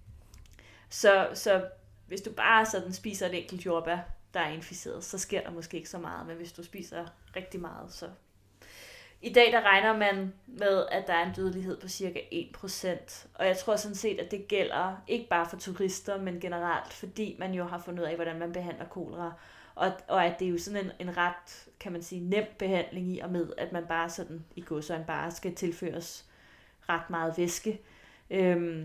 så, så hvis du bare sådan spiser et enkelt jordbær, der er inficeret, så sker der måske ikke så meget, men hvis du spiser rigtig meget, så... I dag der regner man med, at der er en dødelighed på cirka en procent, og jeg tror sådan set, at det gælder ikke bare for turister, men generelt, fordi man jo har fundet ud af, hvordan man behandler kolera, og, og at det er jo sådan en, en ret, kan man sige, nem behandling i og med, at man bare sådan i godsøjne bare skal tilføres ret meget væske. Øhm,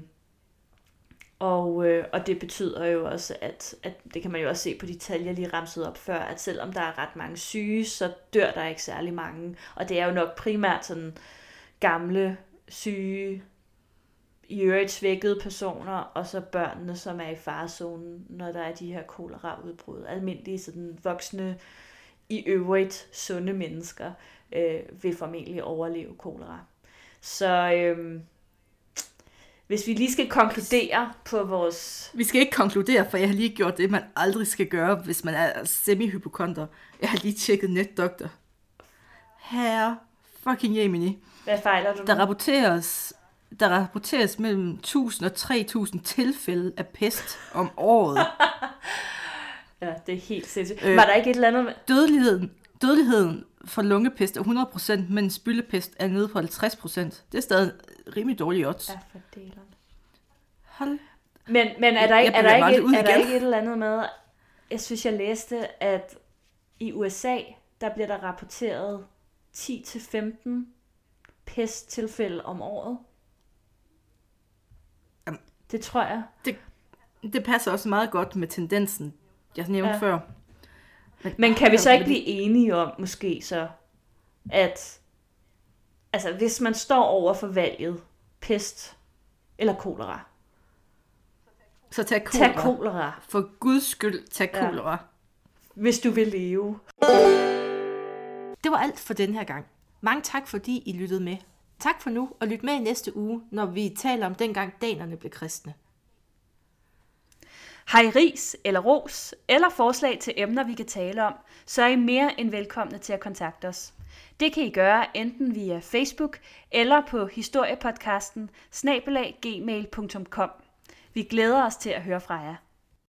og, øh, og det betyder jo også, at, at det kan man jo også se på de tal, jeg lige ramsede op før, at selvom der er ret mange syge, så dør der ikke særlig mange. Og det er jo nok primært sådan gamle, syge, i øvrigt svækkede personer, og så børnene, som er i farezonen, når der er de her kolera-udbrud. Almindelige sådan voksne, i øvrigt sunde mennesker, øh, vil formentlig overleve kolera. Så... Øh, Hvis vi lige skal konkludere på vores... Vi skal ikke konkludere, for jeg har lige gjort det, man aldrig skal gøre, hvis man er semi-hypokonter. Jeg har lige tjekket netdoktor. Herre fucking Jemini. Hvad fejler du nu? Der rapporteres, der rapporteres mellem tusind og tre tusind tilfælde af pest om året. Ja, det er helt sindssygt. Øh, Var der ikke et eller andet... Med... Dødeligheden, dødeligheden for lungepest er hundrede procent, mens byldepest er nede på halvtreds procent. Det er stadig rimelig dårlige odds. Ja, for delerne. Hold. Men, men er der ikke, er der ikke, et, er der ikke et eller andet med... Jeg synes, jeg læste, at i U S A, der bliver der rapporteret ti til femten pesttilfælde om året. Jamen, det tror jeg. Det, det passer også meget godt med tendensen, jeg nævnte ja. før. Men, Men kan vi så ikke blive enige om, måske så, at altså, hvis man står over for valget, pest eller kolera, så tag kolera. Tag kolera. For guds skyld, tag kolera. Ja. Hvis du vil leve. Det var alt for den her gang. Mange tak, fordi I lyttede med. Tak for nu, og lyt med i næste uge, når vi taler om dengang danerne blev kristne. Har I ris eller ros, eller forslag til emner, vi kan tale om, så er I mere end velkomne til at kontakte os. Det kan I gøre enten via Facebook eller på historiepodcasten snabel-a gmail punktum com. Vi glæder os til at høre fra jer.